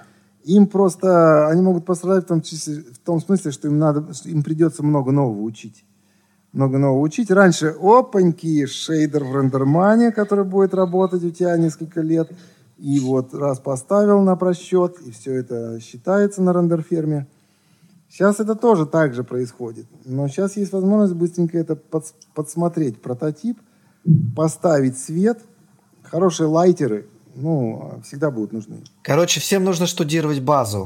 Они могут пострадать в том смысле, что им придется много нового учить. Раньше, опаньки, шейдер в рендермане, который будет работать у тебя несколько лет. И раз поставил на просчет, и все это считается на рендерферме. Сейчас это тоже так же происходит. Но сейчас есть возможность быстренько это подсмотреть прототип, поставить свет, хорошие лайтеры, всегда будут нужны. Короче, всем нужно штудировать базу.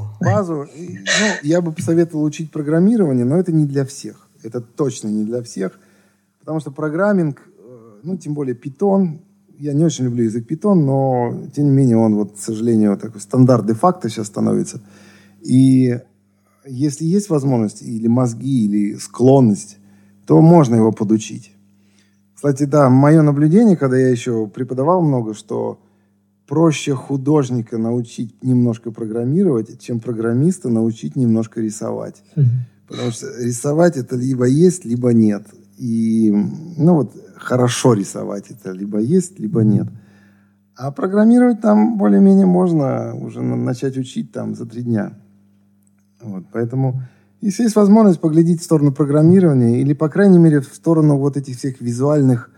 Я бы посоветовал учить программирование, но это не для всех. Это точно не для всех. Потому что программинг, тем более Python, я не очень люблю язык Python, но, тем не менее, он, к сожалению, такой стандарт де-факто сейчас становится. И если есть возможность, или мозги, или склонность, то можно его подучить. Кстати, да, мое наблюдение, когда я еще преподавал много, что проще художника научить немножко программировать, чем программиста научить немножко рисовать. Потому что рисовать это либо есть, либо нет. И, хорошо рисовать это либо есть, либо нет. А программировать там более-менее можно уже начать учить за 3 дня. Поэтому, если есть возможность поглядеть в сторону программирования или, по крайней мере, в сторону этих всех визуальных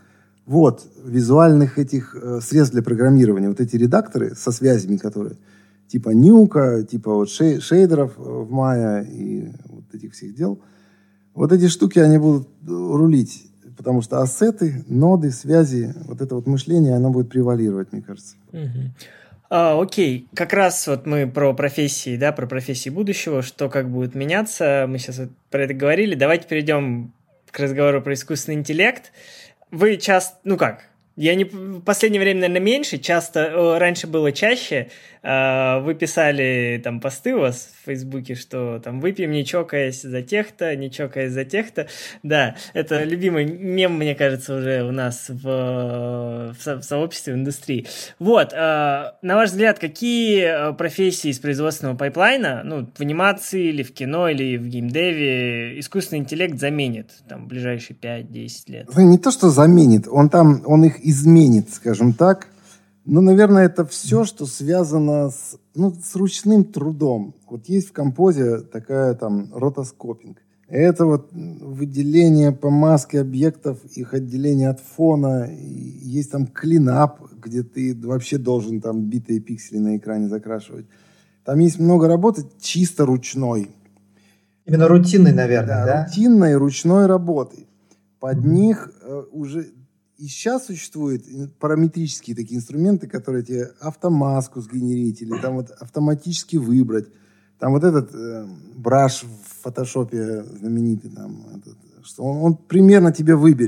этих средств для программирования, эти редакторы со связями, которые типа Нюка, типа шейдеров в Maya и этих всех дел, эти штуки, они будут рулить, потому что ассеты, ноды, связи, это мышление, оно будет превалировать, мне кажется. Окей, как раз мы про профессии будущего, что как будет меняться, мы сейчас про это говорили, давайте перейдем к разговору про искусственный интеллект. Вы часто, в последнее время, наверное, меньше, раньше было чаще, вы писали посты у вас в Фейсбуке, что выпьем, не чокаясь за тех-то, не чокаясь за тех-то. Да, это любимый мем, мне кажется, уже у нас в сообществе, в индустрии. На ваш взгляд, какие профессии из производственного пайплайна, в анимации или в кино, или в геймдеве искусственный интеллект заменит в ближайшие 5-10 лет? Не то, что заменит, он их изменит, скажем так. Наверное, это все, что связано с ручным трудом. Есть в композе такая ротоскопинг. Это выделение по маске объектов, их отделение от фона. И есть клинап, где ты вообще должен битые пиксели на экране закрашивать. Там есть много работы чисто ручной. Именно рутинной, наверное, да? Рутинной ручной работы. Под них уже... И сейчас существуют параметрические такие инструменты, которые тебе автомаску сгенерить или автоматически выбрать. Этот браш в фотошопе знаменитый, что он примерно тебе выберет.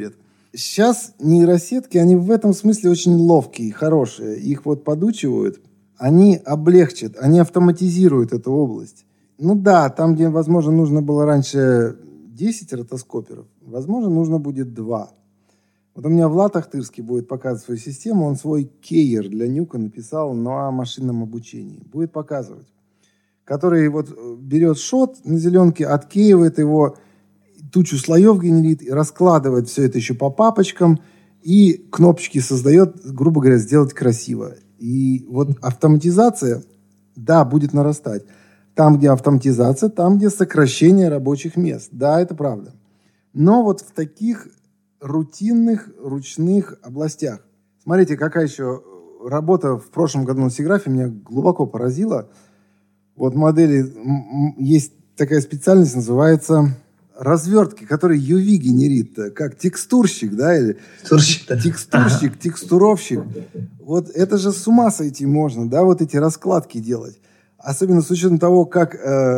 Сейчас нейросетки, они в этом смысле очень ловкие, хорошие. Их вот подучивают, они облегчат, они автоматизируют эту область. Ну да, там, где, возможно, нужно было раньше 10 ротоскоперов, возможно, нужно будет 2. Вот у меня Влад Ахтырский будет показывать свою систему, он свой кейер для Нюка написал на машинном обучении. Будет показывать. Который вот берет шот на зеленке, откеивает его, тучу слоев генерит, и раскладывает все это еще по папочкам, и кнопочки создает, грубо говоря, сделать красиво. И вот автоматизация, да, будет нарастать. Там, где автоматизация, там, где сокращение рабочих мест. Да, это правда. Но вот в таких рутинных, ручных областях. Смотрите, какая еще работа в прошлом году на Сиграфе меня глубоко поразила. Вот модели, есть такая специальность, называется развертки, которые UV генерит, как текстурщик, да, или текстурщик, текстуровщик. Вот это же с ума сойти можно, да, вот эти раскладки делать. Особенно с учетом того, как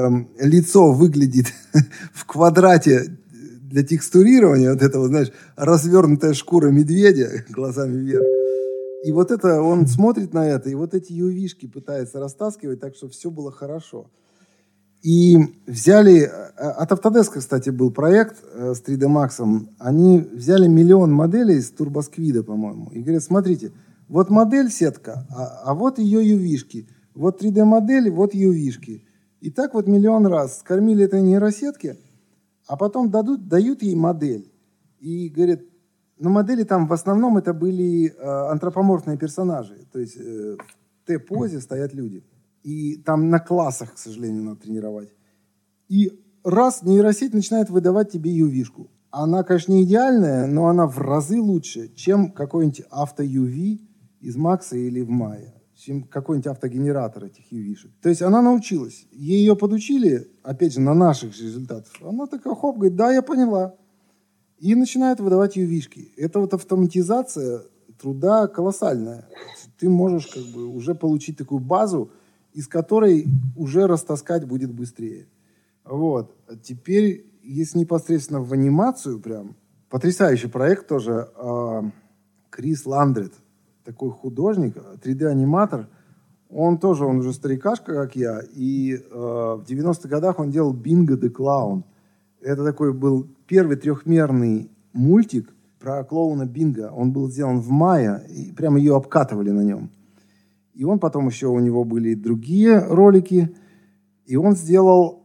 лицо выглядит в квадрате для текстурирования, вот это вот, знаешь, развернутая шкура медведя глазами вверх. И вот это, он смотрит на это, и вот эти UV-шки пытается растаскивать, так что все было хорошо. И взяли, от Autodesk, кстати, был проект с 3D Max, они взяли 1 миллион моделей с турбосквида, по-моему, и говорят, смотрите, вот модель сетка, а вот ее UV-шки, вот 3D-модель, вот UV-шки. И так вот 1 миллион раз скормили этой нейросетке, а потом дают ей модель. И говорят, ну модели там в основном это были антропоморфные персонажи, то есть в Т-позе стоят люди. И там на классах, к сожалению, надо тренировать. И раз нейросеть начинает выдавать тебе UV-шку. Она, конечно, не идеальная, но она в разы лучше, чем какой-нибудь авто-UV из Макса или в Maya, чем какой-нибудь автогенератор этих UV-шек. То есть она научилась. Ее подучили, опять же, на наших же результатах. Она такая, хоп, говорит, да, я поняла. И начинает выдавать UV-шки. Это вот автоматизация труда колоссальная. Ты можешь как бы уже получить такую базу, из которой уже растаскать будет быстрее. Вот. А теперь, если непосредственно в анимацию прям, потрясающий проект тоже. Крис Ландрет, такой художник, 3D-аниматор. Он уже старикашка, как я. И в 90-х годах он делал Bingo the Clown. Это такой был первый трехмерный мультик про клоуна Бинго. Он был сделан в Maya, и прямо ее обкатывали на нем. И он потом еще, у него были другие ролики. И он сделал...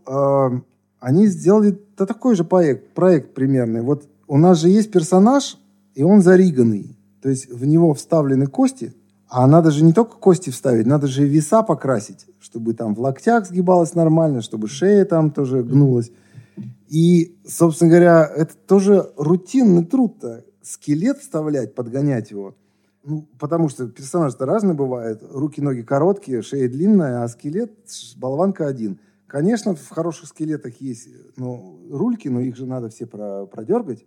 они сделали такой же проект примерный. Вот у нас же есть персонаж, и он зариганный. То есть в него вставлены кости. А надо же не только кости вставить, надо же и веса покрасить, чтобы там в локтях сгибалось нормально, чтобы шея там тоже гнулась. И, собственно говоря, это тоже рутинный труд-то. Скелет вставлять, подгонять его. Ну, потому что персонажи-то разные бывают. Руки, ноги короткие, шея длинная, а скелет, болванка один. Конечно, в хороших скелетах есть рульки, но их же надо все продергать.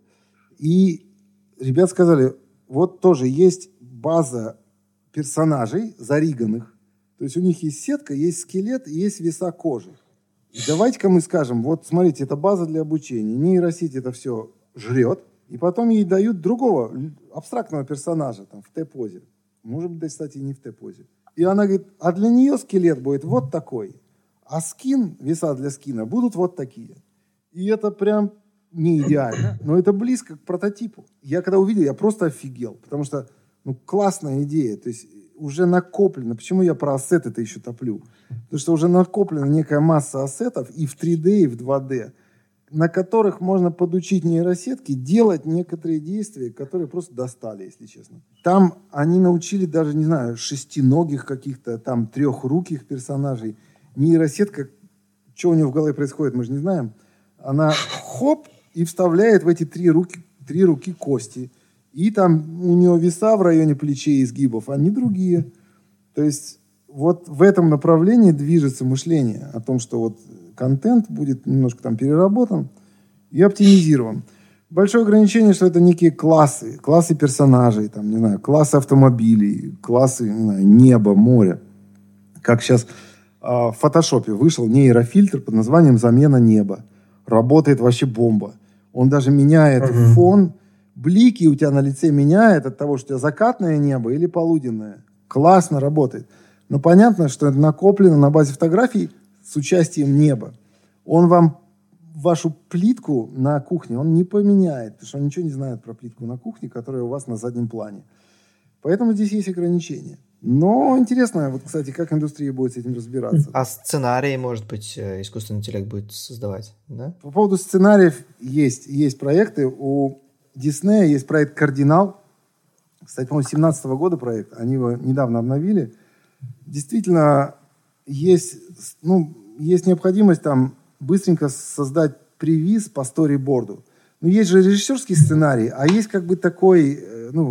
И ребят сказали, вот тоже есть база персонажей зариганных. То есть у них есть сетка, есть скелет, есть веса кожи. И давайте-ка мы скажем, вот смотрите, это база для обучения. Нейросеть это все жрет. И потом ей дают другого, абстрактного персонажа там, в Т-позе. Может быть, кстати, не в Т-позе. И она говорит, а для нее скелет будет вот такой. А веса для скина будут вот такие. И это прям не идеально, но это близко к прототипу. Я когда увидел, я просто офигел. Потому что, классная идея. То есть уже накоплено. Почему я про ассеты-то еще топлю? Потому что уже накоплена некая масса ассетов и в 3D, и в 2D, на которых можно подучить нейросетки делать некоторые действия, которые просто достали, если честно. Там они научили даже, не знаю, шестиногих каких-то, там трехруких персонажей. Нейросетка, что у нее в голове происходит, мы же не знаем. Она хоп и вставляет в эти три руки кости. И там у нее веса в районе плечей и изгибов, они другие. То есть вот в этом направлении движется мышление о том, что вот контент будет немножко там переработан и оптимизирован. Большое ограничение, что это некие классы персонажей, там, не знаю, классы автомобилей, классы, не знаю, неба, моря. Как сейчас в фотошопе вышел нейрофильтр под названием «Замена неба». Работает вообще бомба. Он даже меняет фон блики у тебя на лице меняет от того, что у тебя закатное небо или полуденное. Классно работает. Но понятно, что это накоплено на базе фотографий с участием неба. Он вам вашу плитку на кухне, он не поменяет, потому что он ничего не знает про плитку на кухне, которая у вас на заднем плане. Поэтому здесь есть ограничения. Но интересно, вот, кстати, как индустрия будет с этим разбираться. А сценарии, может быть, искусственный интеллект будет создавать, да? По поводу сценариев есть проекты. У Диснея есть проект «Кардинал». Кстати, по-моему, 2017 года проект. Они его недавно обновили. Действительно, есть необходимость там быстренько создать превиз по сториборду. Но есть же режиссерский сценарий, а есть как бы такой,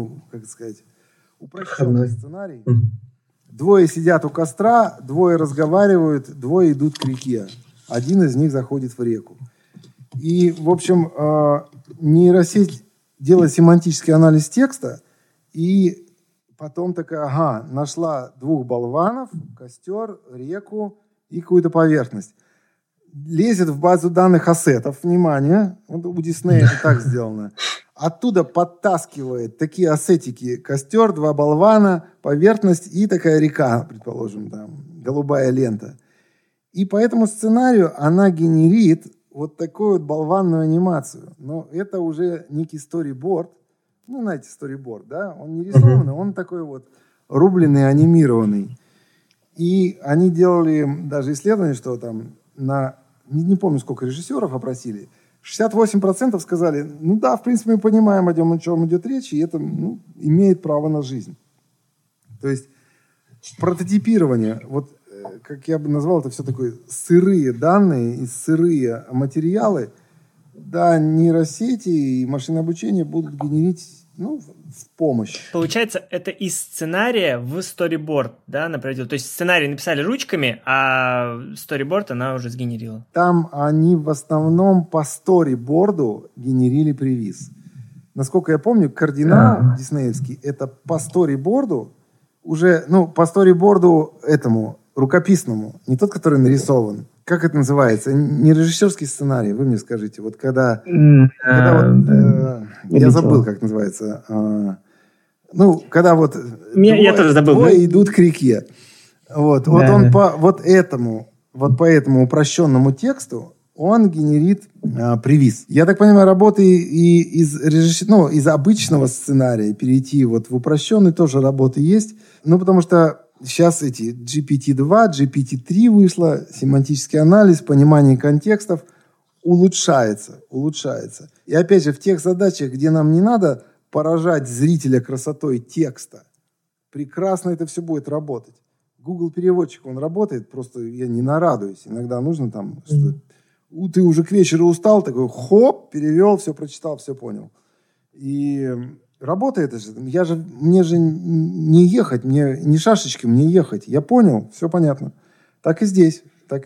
упрощенный сценарий. Двое сидят у костра, двое разговаривают, двое идут к реке. Один из них заходит в реку. И, в общем, нейросеть делает семантический анализ текста, и потом такая, нашла двух болванов, костер, реку и какую-то поверхность. Лезет в базу данных ассетов, внимание, вот у Диснея это так сделано. Оттуда подтаскивает такие ассетики: костер, два болвана, поверхность и такая река, предположим, там, голубая лента. И по этому сценарию она генерит вот такую вот болванную анимацию. Но это уже некий сториборд. Ну, знаете, сториборд, да? Он не рисованный, он такой вот рубленый, анимированный. И они делали даже исследование, что там не помню, сколько режиссеров опросили, 68% сказали, в принципе, мы понимаем, о чем идет речь, и это имеет право на жизнь. То есть прототипирование, вот как я бы назвал, это все такое сырые данные и сырые материалы, да, нейросети и машинное обучение будут генерить в помощь. Получается, это из сценария в сториборд, да, например. То есть сценарий написали ручками, а сториборд она уже сгенерила. Там они в основном по сториборду генерили превиз. Насколько я помню, «Кардинал» диснеевский, это по сториборду уже, по сториборду этому, рукописному, не тот, который нарисован. Как это называется? Не режиссерский сценарий, вы мне скажите. Вот когда я забыл, как называется. Когда вот я тоже забыл, двое идут к реке. Вот он по этому упрощенному тексту он генерит превиз. Я так понимаю, работы и из обычного сценария перейти вот в упрощенный тоже работы есть. Потому что сейчас эти GPT-2, GPT-3 вышло, семантический анализ, понимание контекстов улучшается. И опять же, в тех задачах, где нам не надо поражать зрителя красотой текста, прекрасно это все будет работать. Google переводчик, он работает, просто я не нарадуюсь. Иногда нужно там, что ты уже к вечеру устал, такой хоп, перевел, все прочитал, все понял. И работает это же. Мне же не ехать, мне не шашечки, мне ехать. Я понял, все понятно. Так и здесь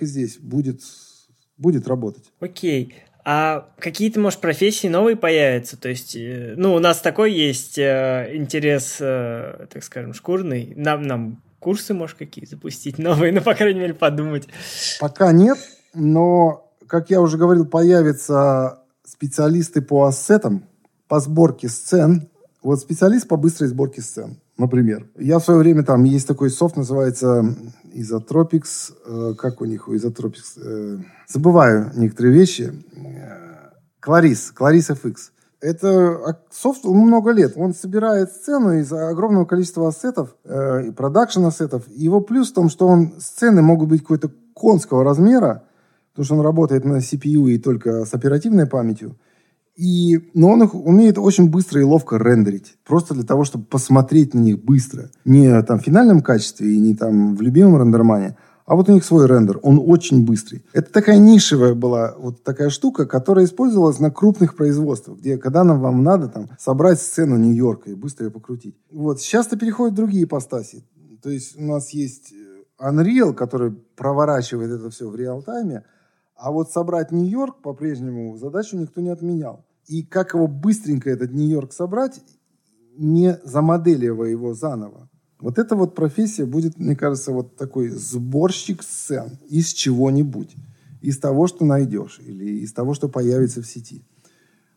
будет работать. Окей. А какие-то, может, профессии новые появятся? То есть, у нас такой есть интерес, так скажем, шкурный. Нам курсы, может, какие запустить новые, по крайней мере, подумать. Пока нет, но, как я уже говорил, появятся специалисты по ассетам, по сборке сцен. Вот специалист по быстрой сборке сцен, например. Я в свое время, есть такой софт, называется Isotropics. Как у них у Isotropics? Забываю некоторые вещи. Claris FX. Это софт много лет. Он собирает сцену из огромного количества ассетов, и продакшн-ассетов. Его плюс в том, что сцены могут быть какой-то конского размера, потому что он работает на CPU и только с оперативной памятью. Но он их умеет очень быстро и ловко рендерить. Просто для того, чтобы посмотреть на них быстро. Не в финальном качестве и не в любимом рендермане, а вот у них свой рендер. Он очень быстрый. Это такая нишевая была вот такая штука, которая использовалась на крупных производствах, где когда вам надо собрать сцену Нью-Йорка и быстро ее покрутить. Вот. Сейчас-то переходят в другие ипостаси. То есть у нас есть Unreal, который проворачивает это все в реал-тайме. А вот собрать Нью-Йорк по-прежнему задачу никто не отменял. И как его быстренько этот Нью-Йорк собрать, не замоделивая его заново. Вот эта вот профессия будет, мне кажется, вот такой сборщик сцен из чего-нибудь. Из того, что найдешь, или из того, что появится в сети.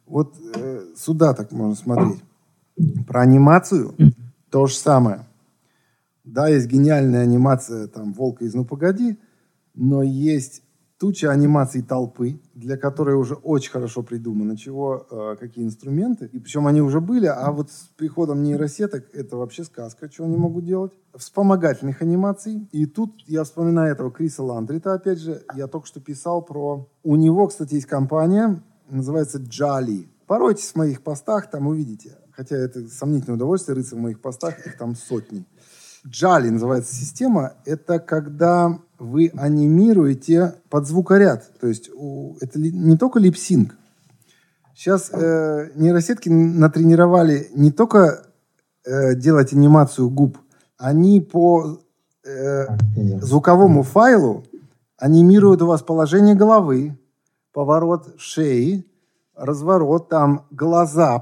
Вот сюда так можно смотреть. Про анимацию то же самое. Да, есть гениальная анимация там «Волка из «Ну, погоди», но есть туча анимаций толпы, для которой уже очень хорошо придумано, какие инструменты. И причем они уже были, а вот с приходом нейросеток это вообще сказка, что они могут делать. Вспомогательных анимаций. И тут я вспоминаю этого Криса Ландрита, опять же, я только что писал про... У него, кстати, есть компания, называется Jali. Поройтесь в моих постах, там увидите. Хотя это сомнительное удовольствие рыться в моих постах, их там сотни. Jali называется система. Это когда вы анимируете под звукоряд. То есть это не только липсинг. Сейчас нейросетки натренировали не только делать анимацию губ, они по звуковому файлу анимируют у вас положение головы, поворот шеи, разворот, там глаза,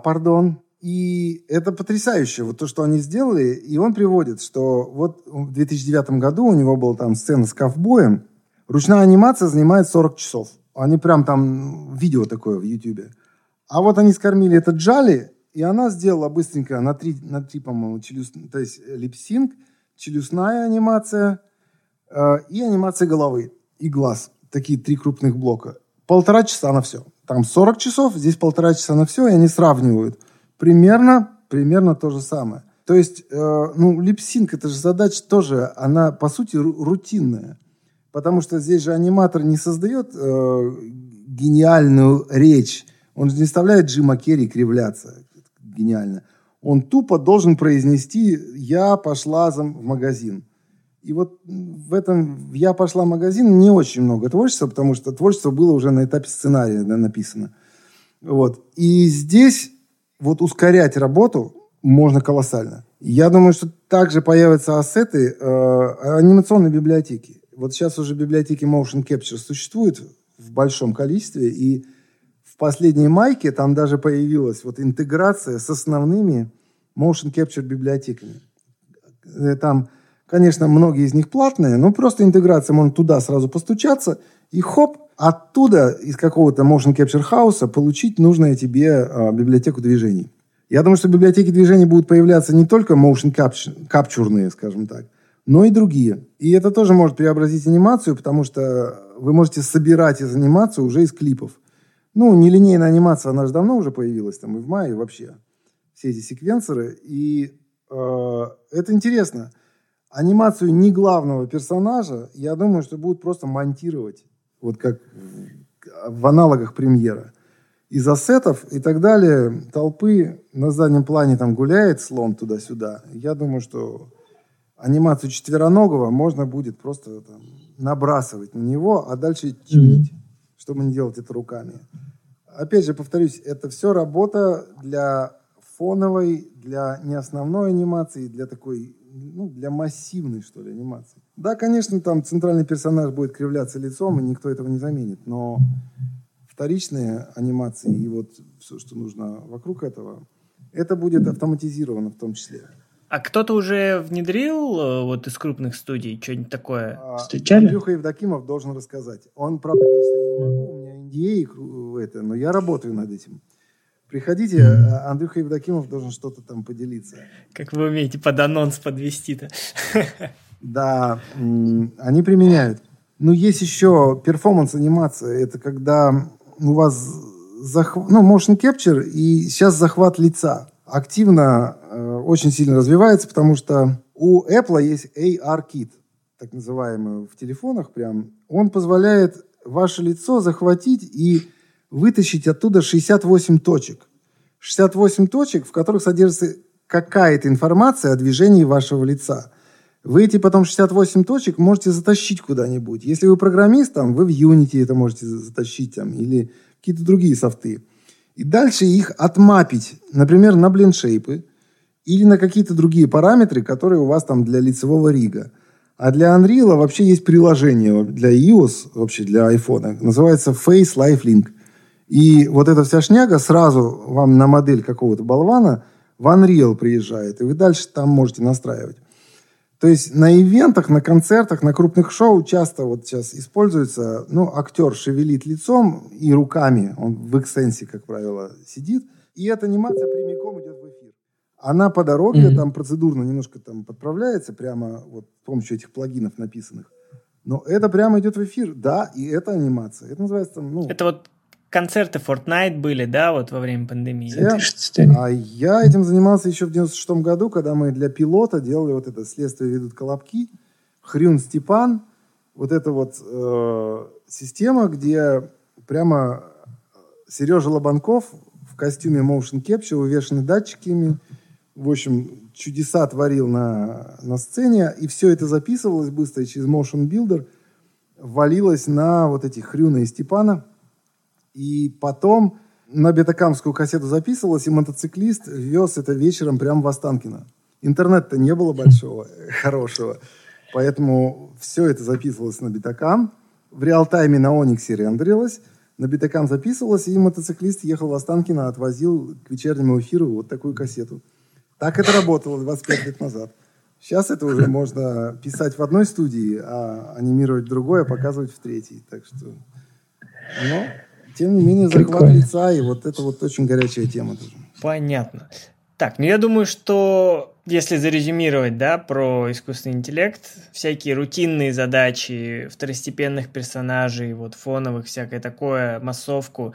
И это потрясающе, вот то, что они сделали. И он приводит, что вот в 2009 году у него была там сцена с ковбоем. Ручная анимация занимает 40 часов. Они прям там, видео такое в Ютубе. А вот они скормили это Jali, и она сделала быстренько на три по-моему, то есть липсинг, челюстная анимация и анимация головы и глаз. Такие 3 крупных блока. 1,5 часа на все. Там 40 часов, здесь 1,5 часа на все, и они сравнивают. Примерно то же самое. То есть, липсинг, это же задача тоже, она, по сути, рутинная. Потому что здесь же аниматор не создает гениальную речь. Он же не заставляет Джима Керри кривляться. Гениально. Он тупо должен произнести «я пошла в магазин». И вот в этом «я пошла в магазин» не очень много творчества, потому что творчество было уже на этапе сценария написано. Вот. И здесь вот ускорять работу можно колоссально. Я думаю, что также появятся ассеты анимационной библиотеки. Вот сейчас уже библиотеки Motion Capture существуют в большом количестве, и в последней майке там даже появилась вот интеграция с основными Motion Capture библиотеками. Там, конечно, многие из них платные, но просто интеграция, можно туда сразу постучаться, и хоп, оттуда, из какого-то Motion Capture хауса, получить нужную тебе библиотеку движений. Я думаю, что библиотеки движений будут появляться не только Motion Capture-ные, скажем так, но и другие. И это тоже может преобразить анимацию, потому что вы можете собирать из анимации уже из клипов. Нелинейная анимация, она же давно уже появилась, там и в мае вообще. Все эти секвенсоры. И это интересно. Анимацию не главного персонажа, я думаю, что будут просто монтировать. Вот как в аналогах премьера. Из ассетов и так далее, толпы, на заднем плане там гуляет слон туда-сюда. Я думаю, что анимацию четвероногого можно будет просто там набрасывать на него, а дальше тюнить, чтобы не делать это руками. Опять же, повторюсь, это все работа для фоновой, для не основной анимации, для такой, для массивной, что ли, анимации. Да, конечно, там центральный персонаж будет кривляться лицом, и никто этого не заменит, но вторичные анимации и вот все, что нужно вокруг этого, это будет автоматизировано в том числе. А кто-то уже внедрил вот из крупных студий что-нибудь такое? Встречали? Андрюха Евдокимов должен рассказать. Он, правда, говорит, что я не могу, у меня NDA, но я работаю над этим. Приходите, Андрюха Евдокимов должен что-то там поделиться. Как вы умеете под анонс подвести-то. Да, они применяют. Есть еще перформанс-анимация. Это когда у вас motion capture и сейчас захват лица активно очень сильно развивается, потому что у Apple есть AR-кит, так называемый, в телефонах прям. Он позволяет ваше лицо захватить и вытащить оттуда 68 точек. 68 точек, в которых содержится какая-то информация о движении вашего лица. Вы эти потом 68 точек можете затащить куда-нибудь. Если вы программист, вы в Unity это можете затащить, или какие-то другие софты. И дальше их отмапить, например, на блендшейпы или на какие-то другие параметры, которые у вас там для лицевого рига. А для Unreal вообще есть приложение для iOS, вообще для iPhone, называется Face Lifelink. И вот эта вся шняга сразу вам на модель какого-то болвана в Unreal приезжает, и вы дальше там можете настраивать. То есть на ивентах, на концертах, на крупных шоу часто вот сейчас используется, актер шевелит лицом и руками, он в экстенсе, как правило, сидит, и эта анимация прямиком идет в эфир. Она по дороге там процедурно немножко там подправляется, прямо вот с помощью этих плагинов написанных. Но это прямо идет в эфир, да, и это анимация. Это называется Это вот концерты Fortnite были, да, вот во время пандемии? Я этим занимался еще в 96-м году, когда мы для пилота делали вот это «Следствие ведут колобки», Хрюн Степан, вот эта вот система, где прямо Сережа Лобанков в костюме motion capture, увешанный датчиками, в общем, чудеса творил на сцене, и все это записывалось быстро и через motion builder валилось на вот эти Хрюна и Степана. И потом на бетакамскую кассету записывалось, и мотоциклист вез это вечером прямо в Останкино. Интернета-то не было большого, хорошего, поэтому все это записывалось на бетакам. В реал-тайме на Ониксе рендерилось, на бетакам записывалось, и мотоциклист ехал в Останкино, отвозил к вечернему эфиру вот такую кассету. Так это работало 25 лет назад. Сейчас это уже можно писать в одной студии, а анимировать в другой, а показывать в третьей. Так что... Но, тем не менее, захват лица, и вот это вот очень горячая тема тоже. Понятно. Так, я думаю, что если зарезюмировать, да, про искусственный интеллект, всякие рутинные задачи второстепенных персонажей, вот фоновых, всякое такое, массовку,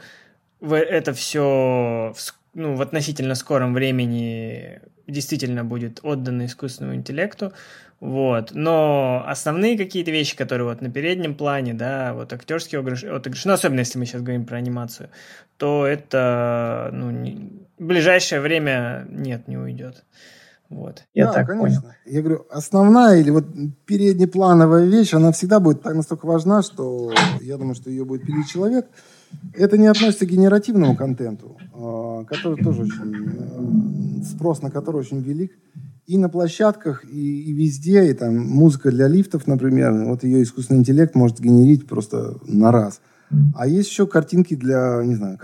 это все в относительно скором времени действительно будет отдано искусственному интеллекту, вот, но основные какие-то вещи, которые вот на переднем плане, да, вот актерские отыгрыши, особенно если мы сейчас говорим про анимацию, то это, в ближайшее время не уйдет. Вот. Я так конечно. Понял. Я говорю, основная или вот переднеплановая вещь, она всегда будет настолько важна, что я думаю, что ее будет пилить человек. Это не относится к генеративному контенту, который тоже очень, спрос на который очень велик. И на площадках, и везде, и там музыка для лифтов, например, вот ее искусственный интеллект может генерить просто на раз. А есть еще картинки для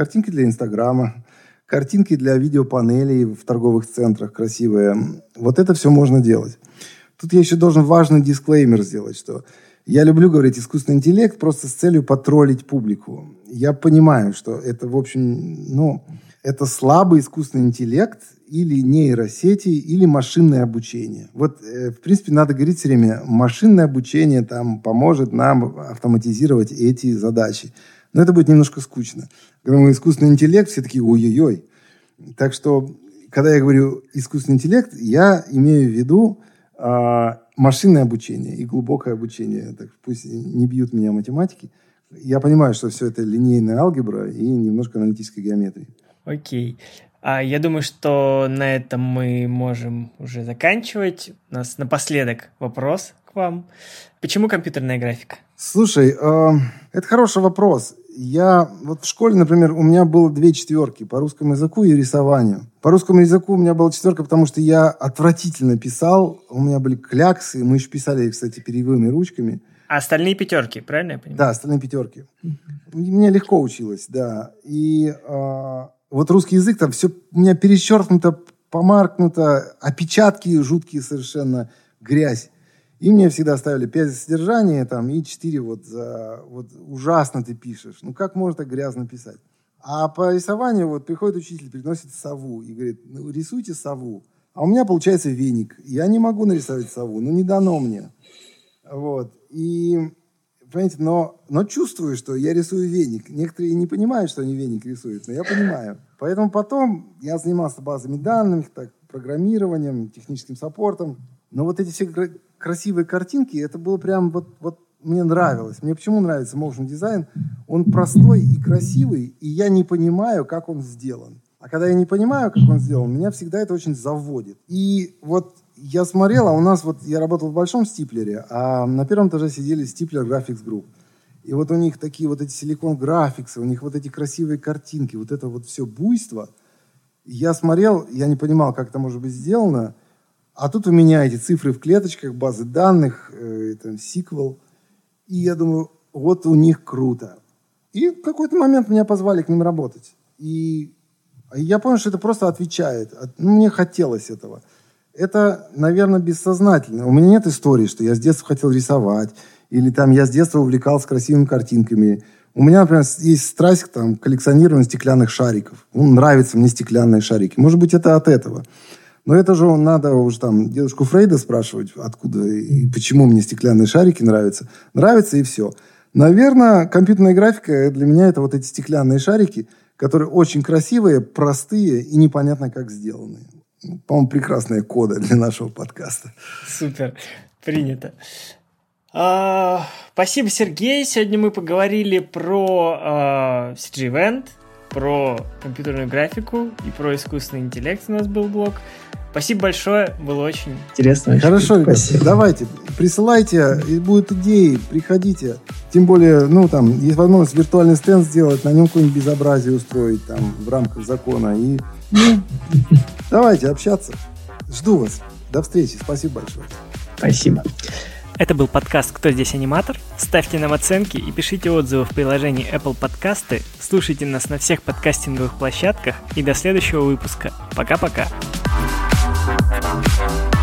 Инстаграма, картинки для видеопанелей в торговых центрах красивые. Вот это все можно делать. Тут я еще должен важный дисклеймер сделать, что я люблю говорить искусственный интеллект просто с целью потроллить публику. Я понимаю, что это, в общем, это слабый искусственный интеллект или нейросети, или машинное обучение. Вот, в принципе, надо говорить все время, машинное обучение там поможет нам автоматизировать эти задачи. Но это будет немножко скучно. Когда мы искусственный интеллект, все такие ой-ой-ой. Так что, когда я говорю искусственный интеллект, я имею в виду машинное обучение и глубокое обучение. Так, пусть не бьют меня математики. Я понимаю, что все это линейная алгебра и немножко аналитической геометрии. Окей. Я думаю, что на этом мы можем уже заканчивать. У нас напоследок вопрос к вам. Почему компьютерная графика? Слушай, это хороший вопрос. Я вот в школе, например, у меня было 2 четверки по русскому языку и рисованию. По русскому языку у меня была 4, потому что я отвратительно писал. У меня были кляксы. Мы еще писали, кстати, перьевыми ручками. А остальные 5, правильно я понимаю? Да, остальные 5. Мне легко училось, да. И вот русский язык, там все у меня перечеркнуто, помаркнуто, опечатки жуткие совершенно, грязь. И мне всегда ставили 5 за содержание, там, и 4 вот за... Вот ужасно ты пишешь. Как можно так грязно писать? А по рисованию вот приходит учитель, приносит сову и говорит, рисуйте сову. А у меня получается веник. Я не могу нарисовать сову, не дано мне. Вот. И, понимаете, но чувствую, что я рисую веник. Некоторые не понимают, что они веник рисуют, но я понимаю. Поэтому потом я занимался базами данных, программированием, техническим саппортом. Но вот эти все красивые картинки, это было прям вот мне нравилось. Мне почему нравится motion дизайн? Он простой и красивый, и я не понимаю, как он сделан. А когда я не понимаю, как он сделан, меня всегда это очень заводит. И вот я смотрел, а у нас я работал в большом стиплере, а на 1-м этаже сидели стиплер Graphics Group. И вот у них такие вот эти Silicon Graphics, у них вот эти красивые картинки, вот это вот все буйство. Я смотрел, я не понимал, как это может быть сделано. А тут у меня эти цифры в клеточках, базы данных, сиквел. И я думаю, вот у них круто. И в какой-то момент меня позвали к ним работать. И я понял, что это просто отвечает. Мне хотелось этого. это, наверное, бессознательно. У меня нет истории, что я с детства хотел рисовать, или там я с детства увлекался красивыми картинками. У меня, например, есть страсть к коллекционированию стеклянных шариков. Нравятся мне стеклянные шарики. Может быть, это от этого. Но это же надо уже дедушку Фрейда спрашивать, откуда и почему мне стеклянные шарики нравятся. Нравится и все. Наверное, компьютерная графика для меня это вот эти стеклянные шарики, которые очень красивые, простые и непонятно как сделаны. По-моему, прекрасная кода для нашего подкаста. Супер, принято. Спасибо, Сергей. Сегодня мы поговорили про CG Event, про компьютерную графику и про искусственный интеллект. У нас был блог. Спасибо большое, было очень интересно. Хорошо, ребята, давайте, присылайте, и будут идеи, приходите. Тем более, есть возможность виртуальный стенд сделать, на нем какое-нибудь безобразие устроить в рамках закона. И давайте общаться. Жду вас. До встречи. Спасибо большое. Спасибо. Это был подкаст «Кто здесь аниматор?». Ставьте нам оценки и пишите отзывы в приложении Apple Подкасты. Слушайте нас на всех подкастинговых площадках. И до следующего выпуска. Пока-пока.